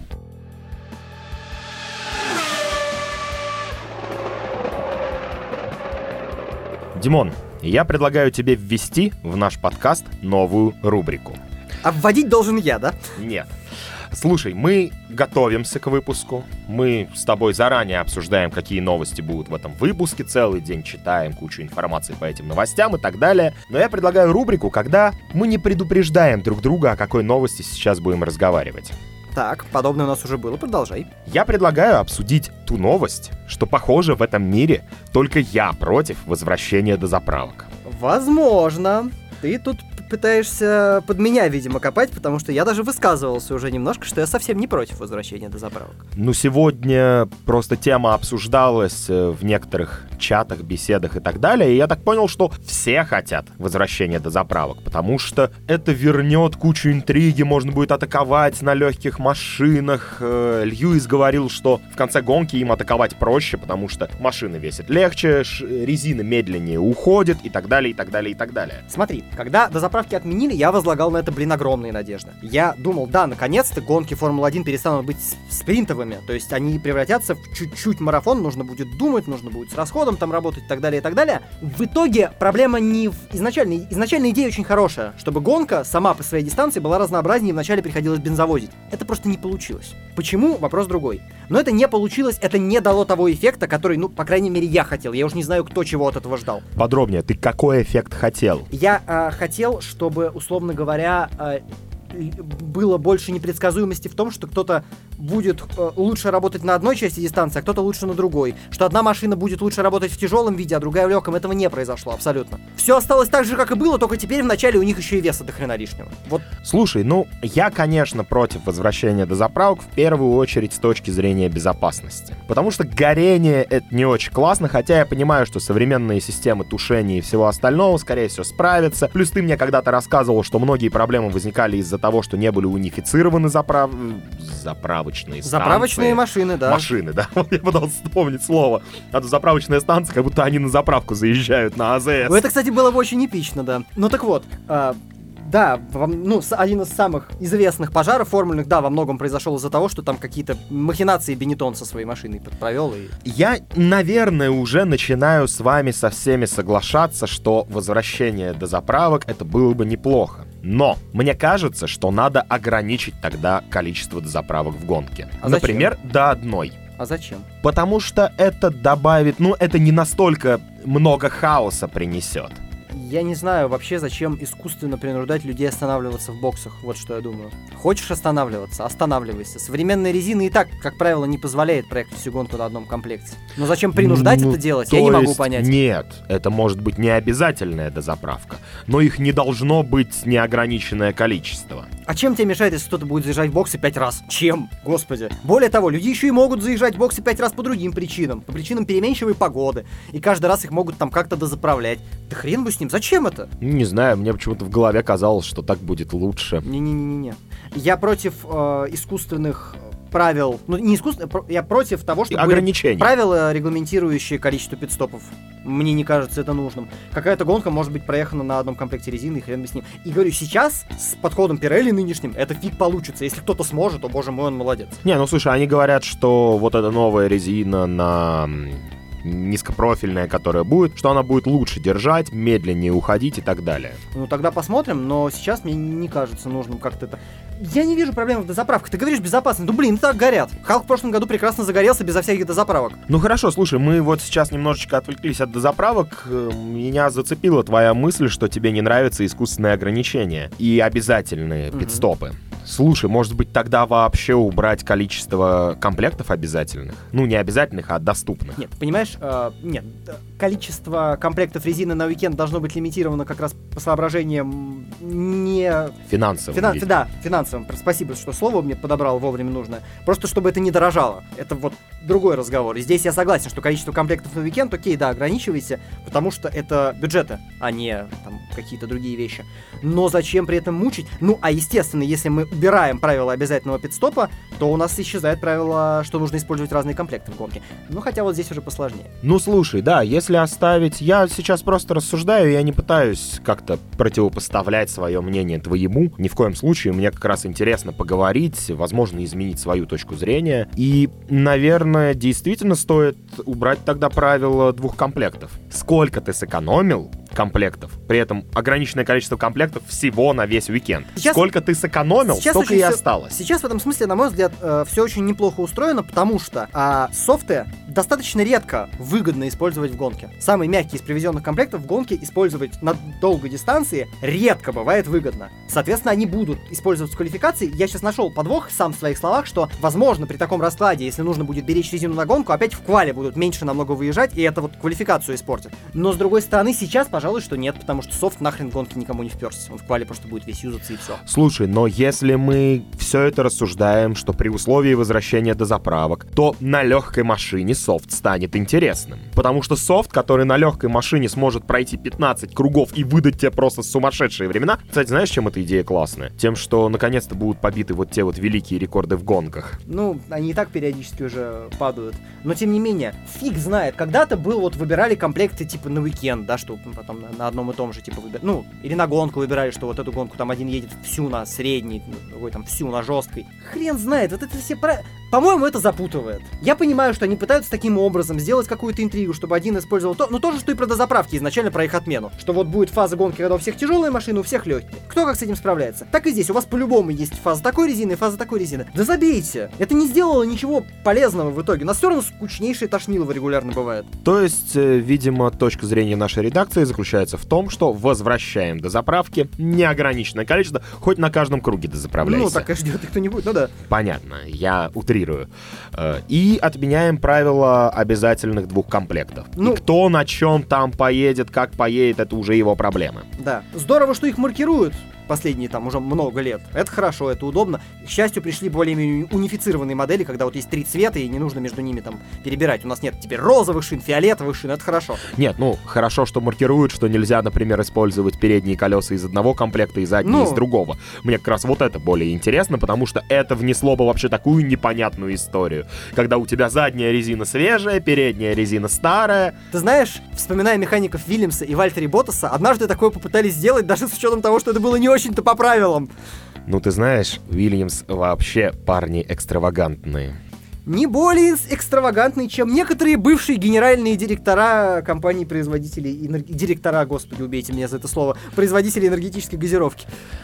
Димон, я предлагаю тебе ввести в наш подкаст новую рубрику. А вводить должен я, да? Нет. Слушай, мы готовимся к выпуску, мы с тобой заранее обсуждаем, какие новости будут в этом выпуске, целый день читаем кучу информации по этим новостям и так далее. Но я предлагаю рубрику, когда мы не предупреждаем друг друга, о какой новости сейчас будем разговаривать. Так, подобное у нас уже было, продолжай. Я предлагаю обсудить ту новость, что, похоже, в этом мире только я против возвращения до заправок. Возможно. Ты тут пытаешься под меня, видимо, копать, потому что я даже высказывался уже немножко, что я совсем не против возвращения до заправок. Ну, сегодня просто тема обсуждалась в некоторых чатах, беседах и так далее, и я так понял, что все хотят возвращения до заправок, потому что это вернет кучу интриги, можно будет атаковать на легких машинах. Льюис говорил, что в конце гонки им атаковать проще, потому что машины весят легче, резина медленнее уходит и так далее, и так далее, и так далее. Смотри, когда до заправки отменили, я возлагал на это, блин, огромные надежды. Я думал, да, наконец-то гонки Формулы один перестанут быть спринтовыми, то есть они превратятся в чуть-чуть марафон, нужно будет думать, нужно будет с расходом пешеходам там работать и так далее, и так далее. В итоге проблема не в изначальной... Изначальная идея очень хорошая, чтобы гонка сама по своей дистанции была разнообразнее, и вначале приходилось бензовозить. Это просто не получилось. Почему? Вопрос другой. Но это не получилось, это не дало того эффекта, который, ну, по крайней мере, я хотел. Я уж не знаю, кто чего от этого ждал. Подробнее, ты какой эффект хотел? Я э, хотел, чтобы, условно говоря, э, было больше непредсказуемости в том, что кто-то будет э, лучше работать на одной части дистанции, а кто-то лучше на другой. Что одна машина будет лучше работать в тяжелом виде, а другая в легком. Этого не произошло абсолютно. Все осталось так же, как и было, только теперь в начале у них еще и веса до хрена лишнего. Вот. Слушай, ну, я, конечно, против возвращения дозаправок в первую очередь с точки зрения безопасности. Потому что горение — это не очень классно, хотя я понимаю, что современные системы тушения и всего остального, скорее всего, справятся. Плюс ты мне когда-то рассказывал, что многие проблемы возникали из-за того, что не были унифицированы заправ... заправочные станции. Заправочные машины, да. Машины, да. Я пытался вспомнить слово. А то заправочная станция, как будто они на заправку заезжают на АЗС. Ну, это, кстати, было бы очень эпично, да. Ну так вот, э, да, ну, один из самых известных пожаров формульных, да, во многом произошел из-за того, что там какие-то махинации Бенетон со своей машиной провел. И... Я, наверное, уже начинаю с вами со всеми соглашаться, что возвращение до заправок — это было бы неплохо. Но мне кажется, что надо ограничить тогда количество дозаправок в гонке. А Например, зачем? До одной. А зачем? Потому что это добавит... Ну, это не настолько много хаоса принесет. Я не знаю вообще, зачем искусственно принуждать людей останавливаться в боксах. Вот что я думаю. Хочешь останавливаться? Останавливайся. Современная резина и так, как правило, не позволяет проехать всю гонку на одном комплекте. Но зачем принуждать ну, это делать, я не могу понять. Нет, это может быть не обязательная дозаправка. Но их не должно быть неограниченное количество. А чем тебе мешает, если кто-то будет заезжать в боксы пять раз? Чем? Господи. Более того, люди еще и могут заезжать в боксы пять раз по другим причинам. По причинам переменчивой погоды. И каждый раз их могут там как-то дозаправлять. Да хрен бы с ним, зачем это? Не знаю, мне почему-то в голове казалось, что так будет лучше. Не-не-не-не. Я против э, искусственных правил, ну не искусственно, я против того, чтобы ограничения. Правила, регламентирующие количество пит-стопов. Мне не кажется это нужным. Какая-то гонка может быть проехана на одном комплекте резины, и хрен бы с ним. И говорю, сейчас с подходом Пирелли нынешним это фиг получится. Если кто-то сможет, то, боже мой, он молодец. Не, ну слушай, они говорят, что вот эта новая резина на... низкопрофильная, которая будет, что она будет лучше держать, медленнее уходить и так далее. Ну тогда посмотрим, но сейчас мне не кажется нужным как-то это... Я не вижу проблем в дозаправках. Ты говоришь безопасно. Ну блин, так горят. Халк в прошлом году прекрасно загорелся безо всяких дозаправок. Ну хорошо, слушай, мы вот сейчас немножечко отвлеклись от дозаправок. Меня зацепила твоя мысль, что тебе не нравятся искусственные ограничения и обязательные mm-hmm. пит-стопы. Слушай, может быть, тогда вообще убрать количество комплектов обязательных? Ну, не обязательных, а доступных. Нет, понимаешь, э, нет, количество комплектов резины на уикенд должно быть лимитировано как раз по соображениям не... Финансовым. Финан... Да, финансовым. Спасибо, что слово мне подобрал вовремя нужное. Просто чтобы это не дорожало. Это вот другой разговор. И здесь я согласен, что количество комплектов на уикенд, окей, да, ограничивайся, потому что это бюджеты, а не там какие-то другие вещи. Но зачем при этом мучить? Ну, а естественно, если мы убираем правила обязательного пит-стопа, то у нас исчезает правило, что нужно использовать разные комплекты в гонке. Ну, хотя вот здесь уже посложнее. Ну, слушай, да, если оставить... Я сейчас просто рассуждаю, я не пытаюсь как-то противопоставлять свое мнение твоему. Ни в коем случае. Мне как раз интересно поговорить, возможно, изменить свою точку зрения. И, наверное, действительно стоит убрать тогда правило двух комплектов. Сколько ты сэкономил комплектов, при этом ограниченное количество комплектов всего на весь уикенд. Сейчас, Сколько ты сэкономил, столько и все, осталось. Сейчас в этом смысле, на мой взгляд, э, все очень неплохо устроено, потому что э, софты достаточно редко выгодно использовать в гонке. Самые мягкие из привезенных комплектов в гонке использовать на долгой дистанции редко бывает выгодно. Соответственно, они будут использовать в квалификации. Я сейчас нашел подвох сам в своих словах, что, возможно, при таком раскладе, если нужно будет беречь резину на гонку, опять в квале будут меньше намного выезжать, и это вот квалификацию испортит. Но, с другой стороны, сейчас, пожалуй, что нет, потому что софт нахрен в гонке никому не вперся. Он в квале просто будет весь юзаться и все. Слушай, но если мы все это рассуждаем, что при условии возвращения до заправок, то на легкой машине софт станет интересным. Потому что софт, который на легкой машине сможет пройти пятнадцать кругов и выдать тебе просто сумасшедшие времена. Кстати, знаешь, чем эта идея классная? Тем, что наконец-то будут побиты вот те вот великие рекорды в гонках. Ну, они и так периодически уже падают. Но тем не менее, фиг знает. Когда-то был, вот выбирали комплекты типа на уикенд, да, что потом на, на одном и том же типа выбирали. Ну, или на гонку выбирали, что вот эту гонку там один едет всю на средней, другой там всю на жесткой. Хрен знает, вот это все про... По-моему, это запутывает. Я понимаю, что они пытаются таким образом сделать какую-то интригу, чтобы один использовал то, но то же, что и про дозаправки изначально, про их отмену. Что вот будет фаза гонки, когда у всех тяжелые машины, у всех легкие. Кто как с этим справляется? Так и здесь, у вас по-любому есть фаза такой резины и фаза такой резины. Да забейте! Это не сделало ничего полезного в итоге. У нас все равно скучнейшее тошнилово регулярно бывает. То есть, э, видимо, точка зрения нашей редакции заключается в том, что возвращаем дозаправки неограниченное количество, хоть на каждом круге дозаправляйся. Ну, так и ждет их кто-нибудь, ну да. Понятно, я утрирую. И отменяем правило обязательных двух комплектов. Ну, и кто на чем там поедет, как поедет, это уже его проблемы. Да. Здорово, что их маркируют последние там уже много лет. Это хорошо, это удобно. К счастью, пришли более-менее унифицированные модели, когда вот есть три цвета, и не нужно между ними там перебирать. У нас нет теперь розовых шин, фиолетовых шин, это хорошо. Нет, ну, хорошо, что маркируют, что нельзя, например, использовать передние колеса из одного комплекта и задние ну... из другого. Мне как раз вот это более интересно, потому что это внесло бы вообще такую непонятную историю. Когда у тебя задняя резина свежая, передняя резина старая. Ты знаешь, вспоминая механиков Вильямса и Вальтери Боттаса, однажды такое попытались сделать, даже с учетом того, что это было не очень очень-то по правилам. Ну, ты знаешь, Уильямс вообще парни экстравагантные. Не более экстравагантные, чем некоторые бывшие генеральные директора компаний-производителей, энерг... директора, господи, убейте меня за это слово, производителей энергетической газировки.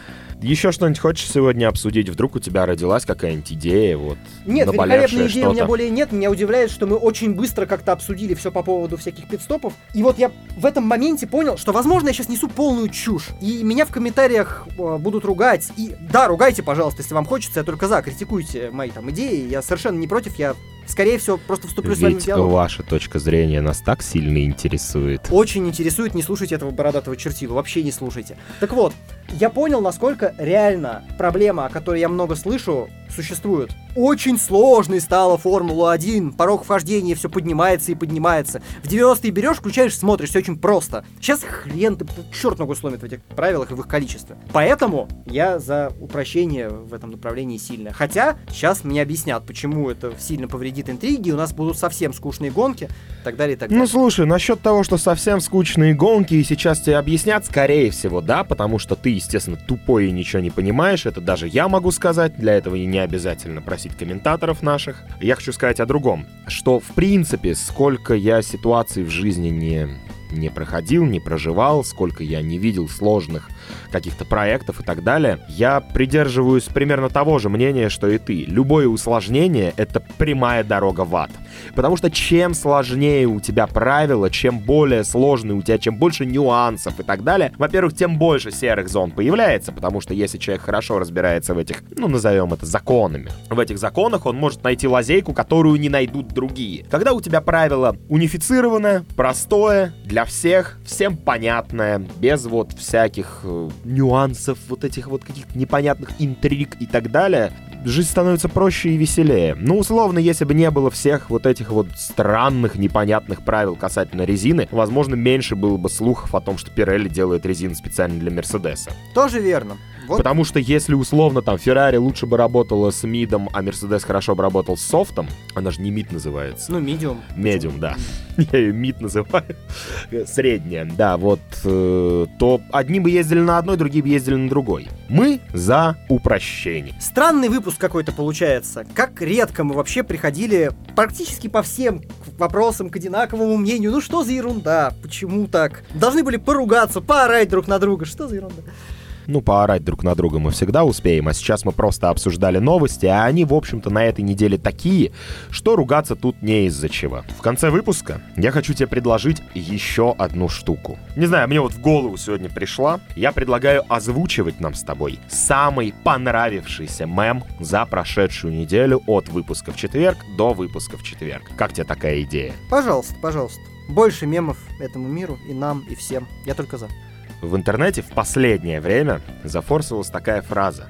Еще что-нибудь хочешь сегодня обсудить? Вдруг у тебя родилась какая-нибудь идея, вот, нет, великолепной идеи что-то. У меня более нет. Меня удивляет, что мы очень быстро как-то обсудили все по поводу всяких пидстопов. И вот я в этом моменте понял, что, возможно, я сейчас несу полную чушь. И меня в комментариях э, будут ругать. И да, ругайте, пожалуйста, если вам хочется, я только за. Критикуйте мои там идеи. Я совершенно не против, я... Скорее всего, просто вступлю Ведь с вами в диалог. Ваша точка зрения нас так сильно интересует. Очень интересует, не слушайте этого бородатого чертила, вообще не слушайте. Так вот, я понял, насколько реально проблема, о которой я много слышу, существует. Очень сложной стала Формула один, порог вхождения все поднимается и поднимается. В девяностые берешь, включаешь, смотришь, все очень просто. Сейчас хрен ты, черт ногу сломит в этих правилах и в их количестве. Поэтому я за упрощение в этом направлении сильно. Хотя сейчас мне объяснят, почему это сильно повредит интриги, у нас будут совсем скучные гонки, и так далее, и так далее. Ну слушай, насчет того, что совсем скучные гонки, и сейчас тебе объяснят, скорее всего, да, потому что ты, естественно, тупой и ничего не понимаешь, это даже я могу сказать, для этого и не обязательно просить комментаторов наших. Я хочу сказать о другом, что, в принципе, сколько я ситуаций в жизни не... не проходил, не проживал, сколько я не видел сложных каких-то проектов и так далее, я придерживаюсь примерно того же мнения, что и ты. Любое усложнение — это прямая дорога в ад. Потому что чем сложнее у тебя правила, чем более сложные у тебя, чем больше нюансов и так далее, во-первых, тем больше серых зон появляется, потому что если человек хорошо разбирается в этих, ну, назовем это законами, в этих законах он может найти лазейку, которую не найдут другие. Когда у тебя правило унифицированное, простое, для всех, всем понятное, без вот всяких э, нюансов, вот этих вот каких-то непонятных интриг и так далее, жизнь становится проще и веселее. Ну, условно, если бы не было всех вот этих вот странных, непонятных правил касательно резины, возможно, меньше было бы слухов о том, что Pirelli делает резину специально для Мерседеса. Тоже верно. Вот. Потому что если условно там Ferrari лучше бы работала с мидом, а Mercedes хорошо бы работал с софтом, она же не мид называется. Ну, медиум. Медиум, да. Я ее мид называю. Средняя, да, вот. Э, то одни бы ездили на одной, другие бы ездили на другой. Мы за упрощение. Странный выпуск какой-то получается. Как редко мы вообще приходили практически по всем вопросам к одинаковому мнению. Ну что за ерунда? Почему так? Должны были поругаться, поорать друг на друга. Что за ерунда? Ну, поорать друг на друга мы всегда успеем, а сейчас мы просто обсуждали новости, а они, в общем-то, на этой неделе такие, что ругаться тут не из-за чего. В конце выпуска я хочу тебе предложить еще одну штуку. Не знаю, мне вот в голову сегодня пришла. Я предлагаю озвучивать нам с тобой самый понравившийся мем за прошедшую неделю от выпуска в четверг до выпуска в четверг. Как тебе такая идея? Пожалуйста, пожалуйста. Больше мемов этому миру и нам, и всем. Я только за. В интернете в последнее время зафорсилась такая фраза.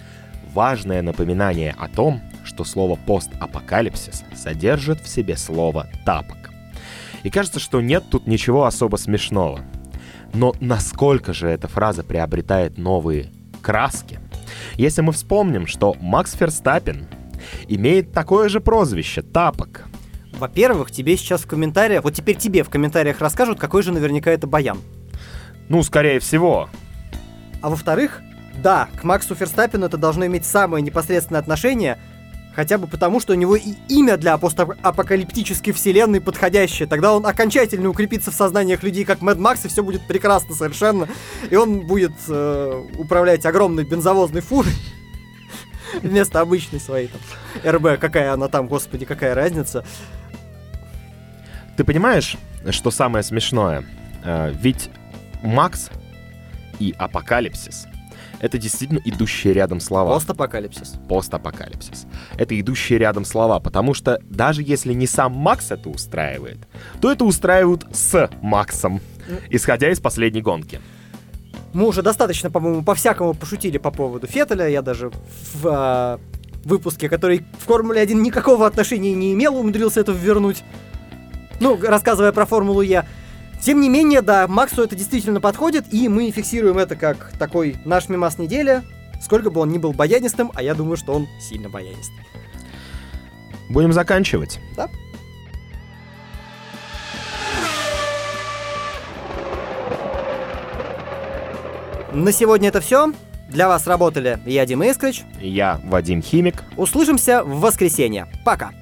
Важное напоминание о том, что слово «постапокалипсис» содержит в себе слово «тапок». И кажется, что нет тут ничего особо смешного. Но насколько же эта фраза приобретает новые краски? Если мы вспомним, что Макс Ферстаппен имеет такое же прозвище «тапок». Во-первых, тебе сейчас в комментариях, вот теперь тебе в комментариях расскажут, какой же наверняка это баян. Ну, скорее всего. А во-вторых, да, к Максу Ферстаппену это должно иметь самое непосредственное отношение, Хотя бы потому, что у него и имя для постапокалиптической вселенной подходящее. Тогда он окончательно укрепится в сознаниях людей, как Мэд Макс, и все будет прекрасно совершенно. И он будет э, управлять огромной бензовозной фурой вместо обычной своей там эр бэ. Какая она там, господи, какая разница. Ты понимаешь, что самое смешное? А, ведь Макс и апокалипсис — это действительно идущие рядом слова. Постапокалипсис. Постапокалипсис. Это идущие рядом слова, потому что даже если не сам Макс это устраивает, то это устраивают с Максом, исходя из последней гонки. Мы уже достаточно, по-моему, по-всякому пошутили по поводу Феттеля. Я даже в а, выпуске, который в Формуле один никакого отношения не имел, умудрился это ввернуть. Ну, рассказывая про Формулу Е. Тем не менее, да, Максу это действительно подходит, и мы фиксируем это как такой наш мемас недели, сколько бы он ни был баянистым, а я думаю, что он сильно баянистый. Будем заканчивать. Да. На сегодня это все. Для вас работали я, Дима Искрич. Я, Вадим Химик. Услышимся в воскресенье. Пока.